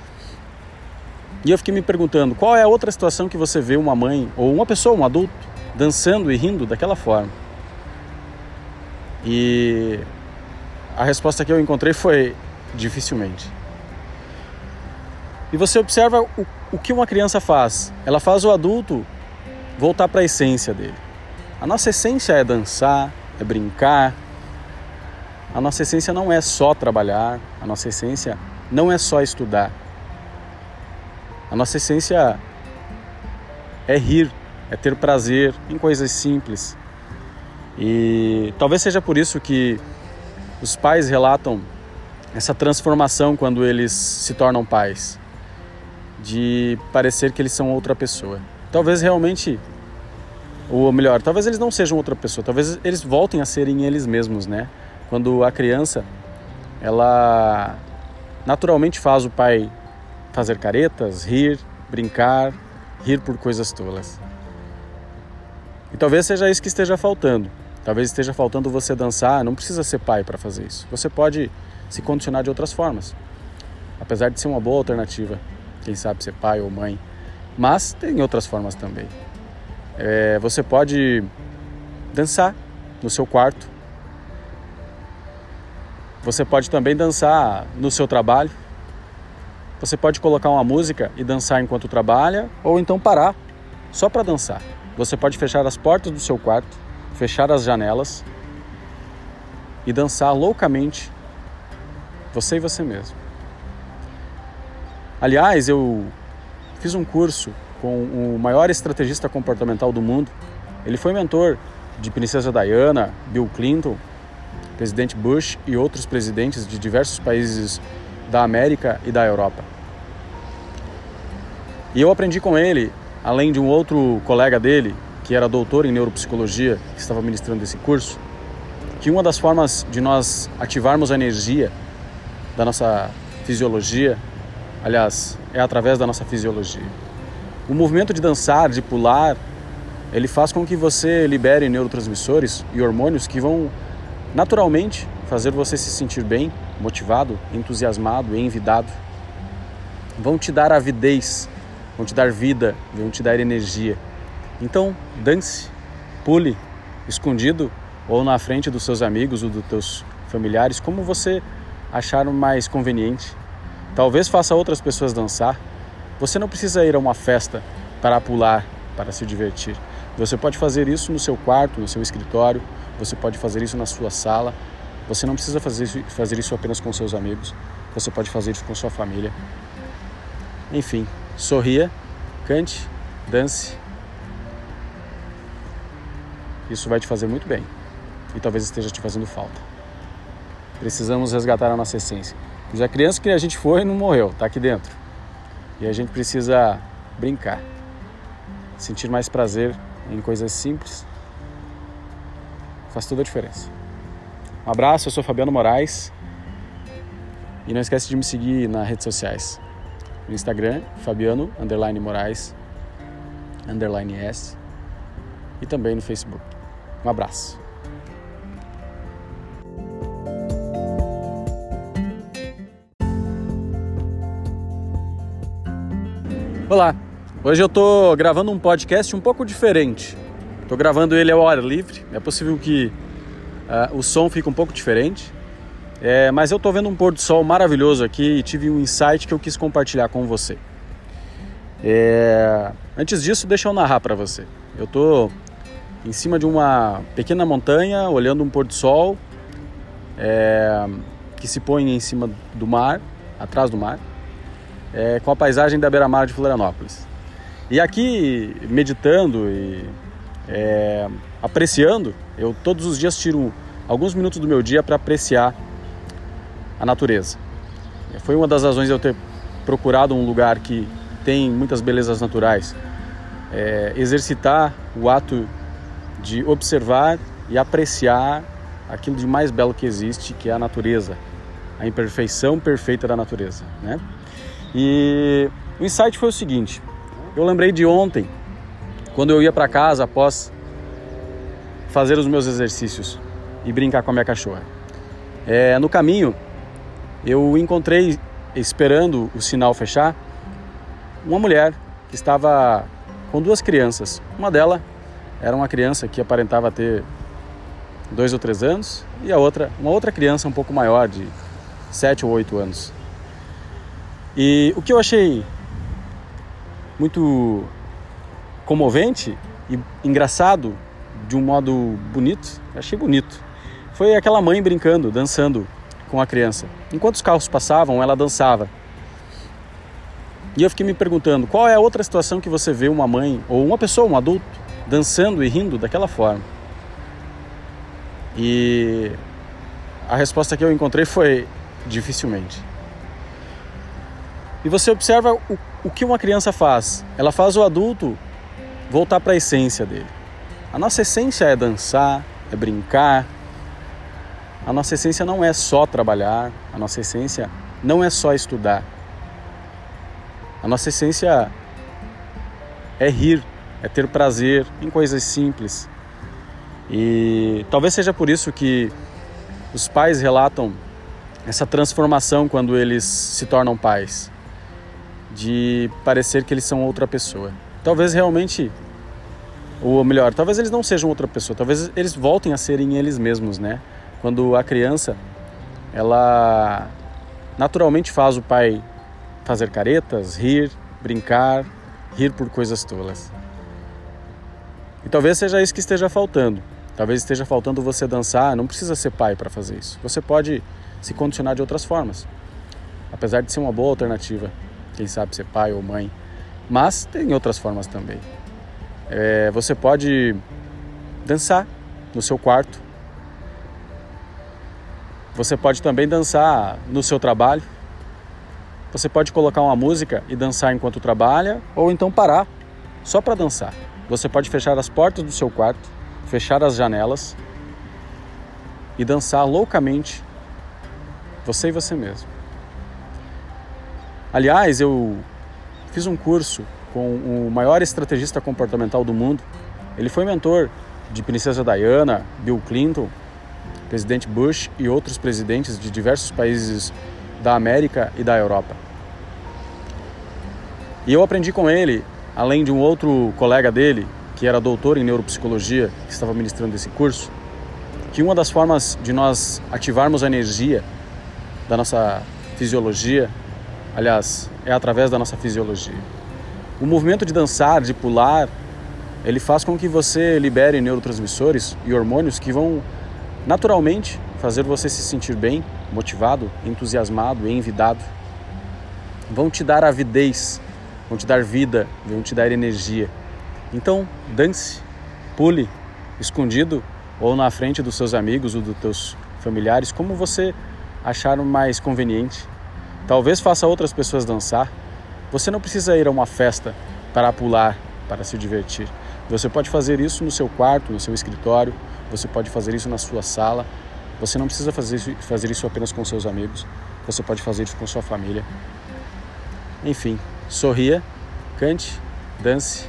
E eu fiquei me perguntando, qual é a outra situação que você vê uma mãe ou uma pessoa, um adulto, dançando e rindo daquela forma? E a resposta que eu encontrei foi: dificilmente. E você observa o, o que uma criança faz. Ela faz o adulto voltar para a essência dele. A nossa essência é dançar, é brincar. A nossa essência não é só trabalhar. A nossa essência não é só estudar. A nossa essência é rir, é ter prazer em coisas simples. E talvez seja por isso que os pais relatam essa transformação quando eles se tornam pais, de parecer que eles são outra pessoa. Talvez realmente, ou melhor, talvez eles não sejam outra pessoa, talvez eles voltem a serem eles mesmos, né? Quando a criança, ela naturalmente faz o pai fazer caretas, rir, brincar, rir por coisas tolas. E talvez seja isso que esteja faltando. Talvez esteja faltando você dançar. Não precisa ser pai para fazer isso. Você pode se condicionar de outras formas. Apesar de ser uma boa alternativa, quem sabe ser pai ou mãe. Mas tem outras formas também. É, você pode dançar no seu quarto. Você pode também dançar no seu trabalho. Você pode colocar uma música e dançar enquanto trabalha, ou então parar só para dançar. Você pode fechar as portas do seu quarto, fechar as janelas e dançar loucamente, você e você mesmo. Aliás, eu fiz um curso com o maior estrategista comportamental do mundo. Ele foi mentor de Princesa Diana, Bill Clinton, presidente Bush e outros presidentes de diversos países da América e da Europa. E eu aprendi com ele, além de um outro colega dele, que era doutor em neuropsicologia, que estava ministrando esse curso, que uma das formas de nós ativarmos a energia da nossa fisiologia, aliás, é através da nossa fisiologia. O movimento de dançar, de pular, ele faz com que você libere neurotransmissores e hormônios que vão naturalmente fazer você se sentir bem, motivado, entusiasmado, envidado. Vão te dar avidez, vão te dar vida, vão te dar energia. Então, dance, pule, escondido ou na frente dos seus amigos ou dos teus familiares, como você achar mais conveniente. Talvez faça outras pessoas dançar. Você não precisa ir a uma festa para pular, para se divertir. Você pode fazer isso no seu quarto, no seu escritório, você pode fazer isso na sua sala. Você não precisa fazer isso, fazer isso apenas com seus amigos, você pode fazer isso com sua família. Enfim, sorria, cante, dance. Isso vai te fazer muito bem e talvez esteja te fazendo falta. Precisamos resgatar a nossa essência. Já a criança que a gente foi não morreu, está aqui dentro. E a gente precisa brincar, sentir mais prazer em coisas simples. Faz toda a diferença. Um abraço, eu sou Fabiano Moraes. E não esquece de me seguir nas redes sociais. No Instagram, Fabiano, underline Moraes, underline S. E também no Facebook. Um abraço. Olá, hoje eu tô gravando um podcast um pouco diferente. Tô gravando ele ao ar livre, é possível que uh, o som fique um pouco diferente, é, mas eu tô vendo um pôr do sol maravilhoso aqui e tive um insight que eu quis compartilhar com você. É, antes disso, deixa eu narrar para você. Eu tô em cima de uma pequena montanha, olhando um pôr do sol é, que se põe em cima do mar, atrás do mar, é, com a paisagem da beira-mar de Florianópolis. E aqui, meditando e é, apreciando, eu todos os dias tiro alguns minutos do meu dia para apreciar a natureza. Foi uma das razões de eu ter procurado um lugar que tem muitas belezas naturais, é, exercitar o ato de observar e apreciar aquilo de mais belo que existe, que é a natureza, a imperfeição perfeita da natureza, né? E o insight foi o seguinte: eu lembrei de ontem, quando eu ia para casa após fazer os meus exercícios e brincar com a minha cachorra. É, no caminho, eu encontrei, esperando o sinal fechar, uma mulher que estava com duas crianças. Uma delas era uma criança que aparentava ter dois ou três anos e a outra, uma outra criança um pouco maior, de sete ou oito anos. E o que eu achei muito comovente e engraçado, de um modo bonito, achei bonito, foi aquela mãe brincando, dançando com a criança. Enquanto os carros passavam, ela dançava. E eu fiquei me perguntando, qual é a outra situação que você vê uma mãe ou uma pessoa, um adulto, dançando e rindo daquela forma? E a resposta que eu encontrei foi dificilmente. E você observa o, o que uma criança faz. Ela faz o adulto voltar para a essência dele. A nossa essência é dançar, é brincar. A nossa essência não é só trabalhar. A nossa essência não é só estudar. A nossa essência é rir, é ter prazer em coisas simples. E talvez seja por isso que os pais relatam essa transformação quando eles se tornam pais, de parecer que eles são outra pessoa. Talvez realmente, ou melhor, talvez eles não sejam outra pessoa, talvez eles voltem a serem eles mesmos, né? Quando a criança, ela naturalmente faz o pai fazer caretas, rir, brincar, rir por coisas tolas. E talvez seja isso que esteja faltando. Talvez esteja faltando você dançar, não precisa ser pai para fazer isso. Você pode se condicionar de outras formas, apesar de ser uma boa alternativa, quem sabe ser pai ou mãe, mas tem outras formas também. É, você pode dançar no seu quarto, você pode também dançar no seu trabalho, você pode colocar uma música e dançar enquanto trabalha, ou então parar só para dançar. Você pode fechar as portas do seu quarto, fechar as janelas e dançar loucamente, você e você mesmo. Aliás, eu fiz um curso com o maior estrategista comportamental do mundo. Ele foi mentor de Princesa Diana, Bill Clinton, presidente Bush e outros presidentes de diversos países da América e da Europa. E eu aprendi com ele, além de um outro colega dele, que era doutor em neuropsicologia, que estava ministrando esse curso, que uma das formas de nós ativarmos a energia da nossa fisiologia, aliás, é através da nossa fisiologia. O movimento de dançar, de pular, ele faz com que você libere neurotransmissores e hormônios que vão naturalmente fazer você se sentir bem, motivado, entusiasmado e envidado. Vão te dar avidez, vão te dar vida, vão te dar energia. Então, dance, pule, escondido ou na frente dos seus amigos ou dos teus familiares, como você achar mais conveniente. Talvez faça outras pessoas dançar. Você não precisa ir a uma festa para pular, para se divertir. Você pode fazer isso no seu quarto, no seu escritório, você pode fazer isso na sua sala. Você não precisa fazer isso, fazer isso apenas com seus amigos, você pode fazer isso com sua família. Enfim, sorria, cante, dance.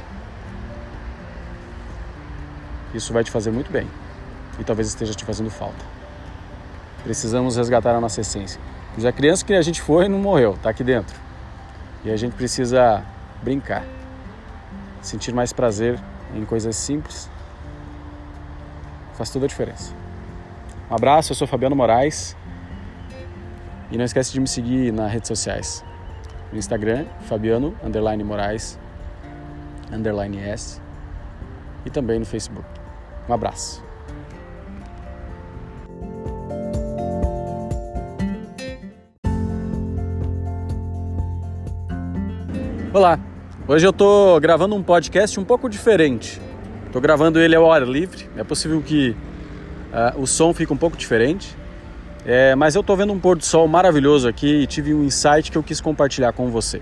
Isso vai te fazer muito bem e talvez esteja te fazendo falta. Precisamos resgatar a nossa essência. Já a criança que a gente foi não morreu, está aqui dentro. E a gente precisa brincar. Sentir mais prazer em coisas simples faz toda a diferença. Um abraço, eu sou Fabiano Moraes. E não esquece de me seguir nas redes sociais. No Instagram, Fabiano, underline Moraes, underline S. E também no Facebook. Um abraço. Olá, hoje eu tô gravando um podcast um pouco diferente. Tô gravando ele ao ar livre, é possível que uh, o som fique um pouco diferente, é, mas eu tô vendo um pôr do sol maravilhoso aqui e tive um insight que eu quis compartilhar com você.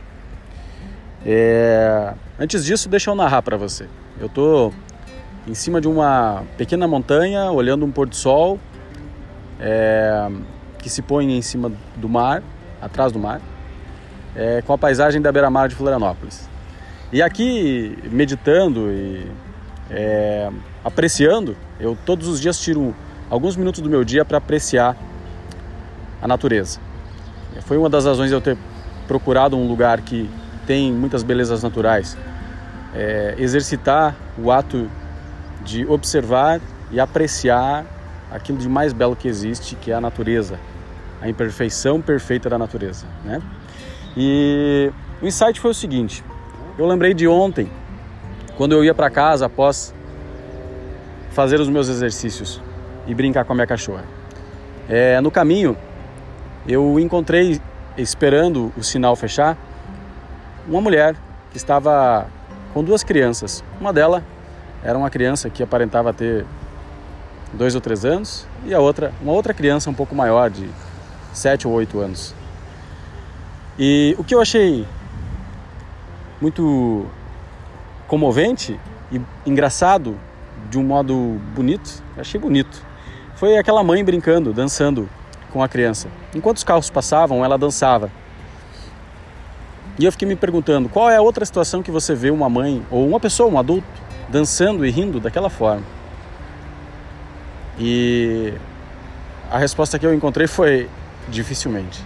É, antes disso, deixa eu narrar para você. Eu tô em cima de uma pequena montanha, olhando um pôr do sol é, que se põe em cima do mar, atrás do mar. É, com a paisagem da beira-mar de Florianópolis. E aqui, meditando e é, apreciando, eu todos os dias tiro alguns minutos do meu dia para apreciar a natureza. Foi uma das razões de eu ter procurado um lugar que tem muitas belezas naturais. É, exercitar o ato de observar e apreciar aquilo de mais belo que existe, que é a natureza, a imperfeição perfeita da natureza, né? E o insight foi o seguinte: eu lembrei de ontem, quando eu ia para casa após fazer os meus exercícios e brincar com a minha cachorra. É, no caminho, eu encontrei, esperando o sinal fechar, uma mulher que estava com duas crianças. Uma delas era uma criança que aparentava ter dois ou três anos e a outra, uma outra criança um pouco maior, de sete ou oito anos. E o que eu achei muito comovente e engraçado, de um modo bonito, achei bonito, foi aquela mãe brincando, dançando com a criança. Enquanto os carros passavam, ela dançava. E eu fiquei me perguntando, qual é a outra situação que você vê uma mãe, ou uma pessoa, um adulto, dançando e rindo daquela forma? E a resposta que eu encontrei foi: dificilmente.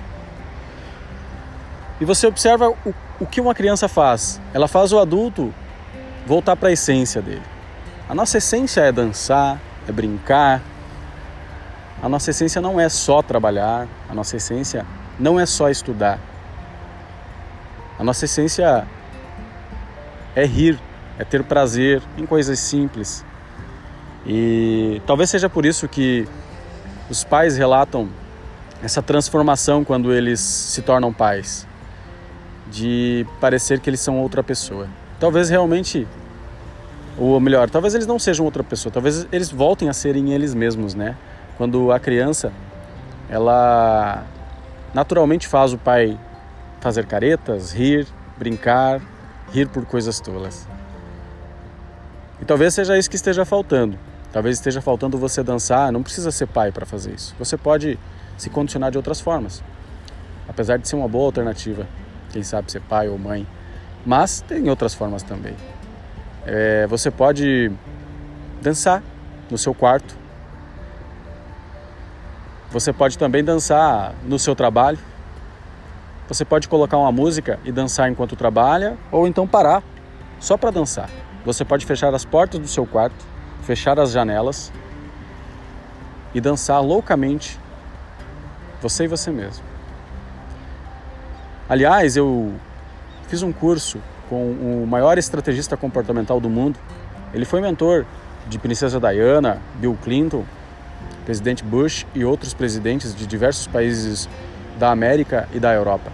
E você observa o, o que uma criança faz. Ela faz o adulto voltar para a essência dele. A nossa essência é dançar, é brincar. A nossa essência não é só trabalhar. A nossa essência não é só estudar. A nossa essência é rir, é ter prazer em coisas simples. E talvez seja por isso que os pais relatam essa transformação quando eles se tornam pais, de parecer que eles são outra pessoa. Talvez realmente, ou melhor, talvez eles não sejam outra pessoa, talvez eles voltem a serem eles mesmos, né? Quando a criança, ela naturalmente faz o pai fazer caretas, rir, brincar, rir por coisas tolas. E talvez seja isso que esteja faltando. Talvez esteja faltando você dançar, não precisa ser pai para fazer isso. Você pode se condicionar de outras formas, apesar de ser uma boa alternativa. Quem sabe ser pai ou mãe, mas tem outras formas também. É, você pode dançar no seu quarto, você pode também dançar no seu trabalho, você pode colocar uma música e dançar enquanto trabalha, ou então parar só para dançar. Você pode fechar as portas do seu quarto, fechar as janelas e dançar loucamente, você e você mesmo. Aliás, eu fiz um curso com o maior estrategista comportamental do mundo. Ele foi mentor de Princesa Diana, Bill Clinton, presidente Bush e outros presidentes de diversos países da América e da Europa.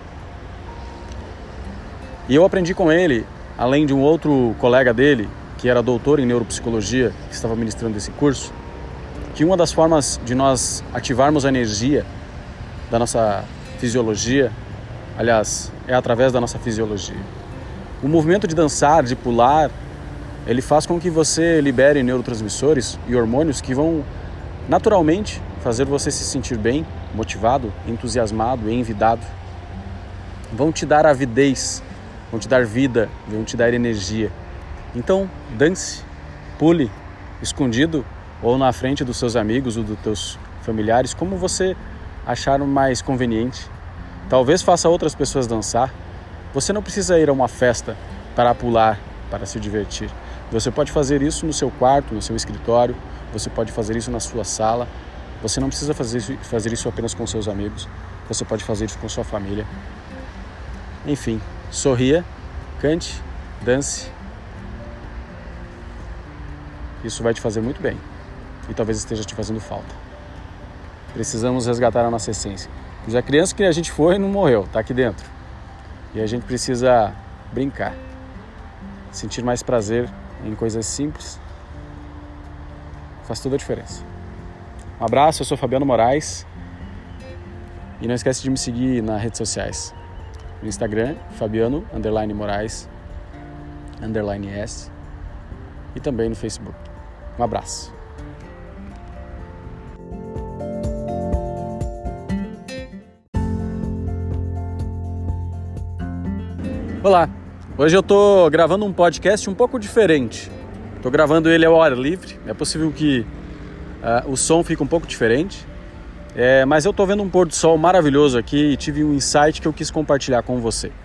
E eu aprendi com ele, além de um outro colega dele, que era doutor em neuropsicologia, que estava ministrando esse curso, que uma das formas de nós ativarmos a energia da nossa fisiologia, aliás, é através da nossa fisiologia. O movimento de dançar, de pular, ele faz com que você libere neurotransmissores e hormônios que vão naturalmente fazer você se sentir bem, motivado, entusiasmado e envidado. Vão te dar avidez, vão te dar vida, vão te dar energia. Então, dance, pule, escondido ou na frente dos seus amigos ou dos teus familiares, como você achar mais conveniente. Talvez faça outras pessoas dançar. Você não precisa ir a uma festa para pular, para se divertir. Você pode fazer isso no seu quarto, no seu escritório, você pode fazer isso na sua sala. Você não precisa fazer isso, fazer isso apenas com seus amigos, você pode fazer isso com sua família. Enfim, sorria, cante, dance. Isso vai te fazer muito bem e talvez esteja te fazendo falta. Precisamos resgatar a nossa essência. Já a criança que a gente foi não morreu, está aqui dentro. E a gente precisa brincar, sentir mais prazer em coisas simples. Faz toda a diferença. Um abraço, eu sou Fabiano Moraes. E não esquece de me seguir nas redes sociais. No Instagram, Fabiano, underline Moraes, underline S. E também no Facebook. Um abraço. Olá, hoje eu estou gravando um podcast um pouco diferente. Estou gravando ele ao ar livre, é possível que uh, o som fique um pouco diferente, é, mas eu estou vendo um pôr do sol maravilhoso aqui e tive um insight que eu quis compartilhar com você.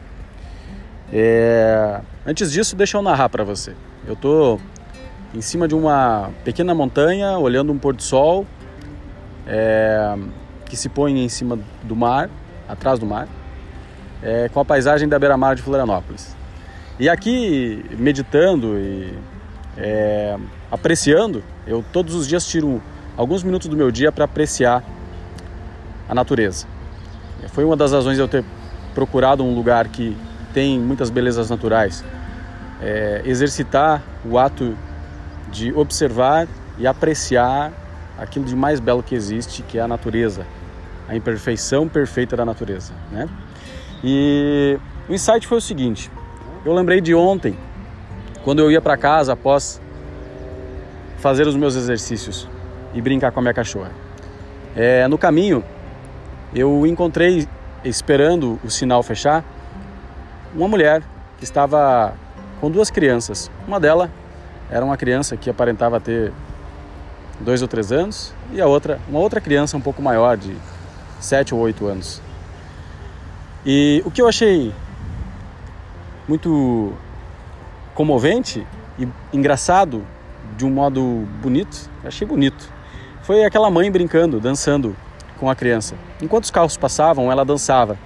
É, antes disso, deixa eu narrar para você. Eu estou em cima de uma pequena montanha, olhando um pôr do sol é, que se põe em cima do mar, atrás do mar. É, com a paisagem da beira-mar de Florianópolis. E aqui, meditando e é, apreciando, eu todos os dias tiro alguns minutos do meu dia para apreciar a natureza. Foi uma das razões de eu ter procurado um lugar que tem muitas belezas naturais. É, exercitar o ato de observar e apreciar aquilo de mais belo que existe, que é a natureza, a imperfeição perfeita da natureza, né? E o insight foi o seguinte: eu lembrei de ontem, quando eu ia para casa após fazer os meus exercícios e brincar com a minha cachorra. É, no caminho, eu encontrei, esperando o sinal fechar, uma mulher que estava com duas crianças. Uma delas era uma criança que aparentava ter dois ou três anos e a outra, uma outra criança um pouco maior, de sete ou oito anos. E o que eu achei muito comovente e engraçado, de um modo bonito, achei bonito, foi aquela mãe brincando, dançando com a criança. Enquanto os carros passavam, ela dançava.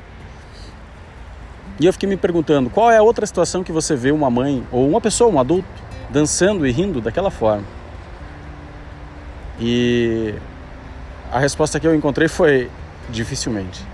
E eu fiquei me perguntando, qual é a outra situação que você vê uma mãe, ou uma pessoa, um adulto, dançando e rindo daquela forma? E a resposta que eu encontrei foi: dificilmente.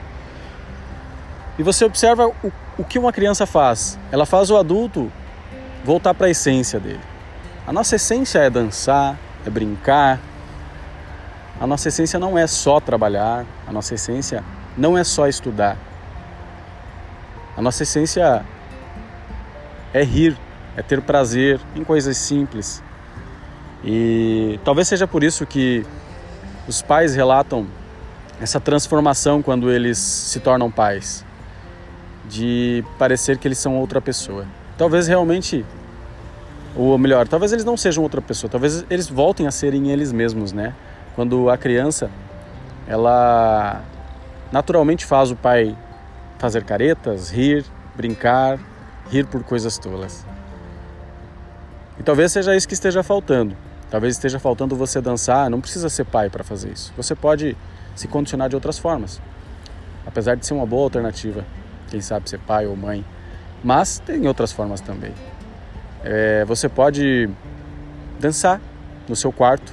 E você observa o, o que uma criança faz. Ela faz o adulto voltar para a essência dele. A nossa essência é dançar, é brincar. A nossa essência não é só trabalhar. A nossa essência não é só estudar. A nossa essência é rir, é ter prazer em coisas simples. E talvez seja por isso que os pais relatam essa transformação quando eles se tornam pais, de parecer que eles são outra pessoa. Talvez realmente, ou melhor, talvez eles não sejam outra pessoa, talvez eles voltem a serem eles mesmos, né? Quando a criança, ela naturalmente faz o pai fazer caretas, rir, brincar, rir por coisas tolas. E talvez seja isso que esteja faltando. Talvez esteja faltando você dançar, não precisa ser pai para fazer isso. Você pode se condicionar de outras formas, apesar de ser uma boa alternativa. Quem sabe ser pai ou mãe, mas tem outras formas também. É, você pode dançar no seu quarto,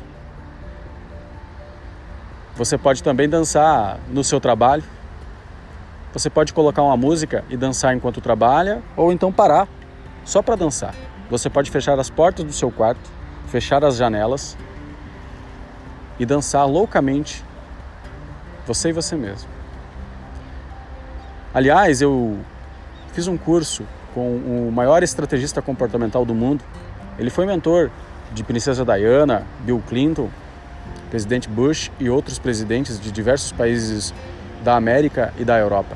você pode também dançar no seu trabalho, você pode colocar uma música e dançar enquanto trabalha, ou então parar só para dançar. Você pode fechar as portas do seu quarto, fechar as janelas e dançar loucamente, você e você mesmo. Aliás, eu fiz um curso com o maior estrategista comportamental do mundo. Ele foi mentor de Princesa Diana, Bill Clinton, presidente Bush e outros presidentes de diversos países da América e da Europa.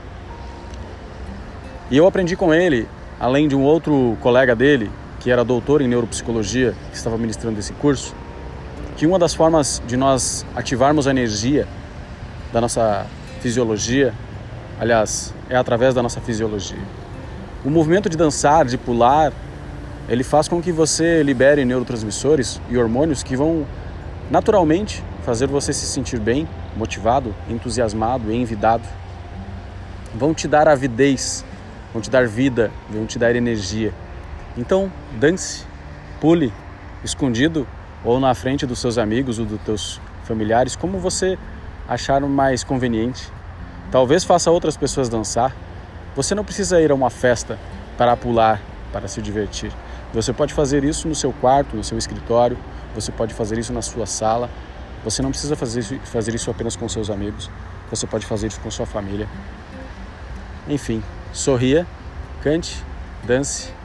E eu aprendi com ele, além de um outro colega dele, que era doutor em neuropsicologia, que estava ministrando esse curso, que uma das formas de nós ativarmos a energia da nossa fisiologia, aliás, é através da nossa fisiologia. O movimento de dançar, de pular, ele faz com que você libere neurotransmissores e hormônios que vão naturalmente fazer você se sentir bem, motivado, entusiasmado e envidado. Vão te dar avidez, vão te dar vida, vão te dar energia. Então, dance, pule, escondido ou na frente dos seus amigos ou dos teus familiares, como você achar mais conveniente. Talvez faça outras pessoas dançar. Você não precisa ir a uma festa para pular, para se divertir. Você pode fazer isso no seu quarto, no seu escritório, você pode fazer isso na sua sala. Você não precisa fazer isso, fazer isso apenas com seus amigos, você pode fazer isso com sua família. Enfim, sorria, cante, dance.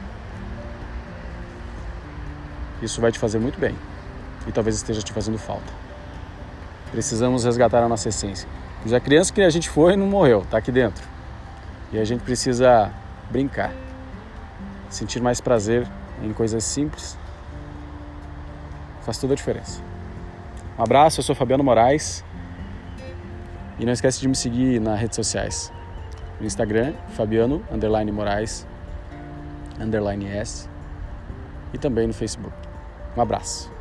Isso vai te fazer muito bem e talvez esteja te fazendo falta. Precisamos resgatar a nossa essência. Pois a criança que a gente foi não morreu, está aqui dentro. E a gente precisa brincar, sentir mais prazer em coisas simples. Faz toda a diferença. Um abraço, eu sou Fabiano Moraes. E não esquece de me seguir nas redes sociais. No Instagram, Fabiano, underline Moraes, underline S. E também no Facebook. Um abraço.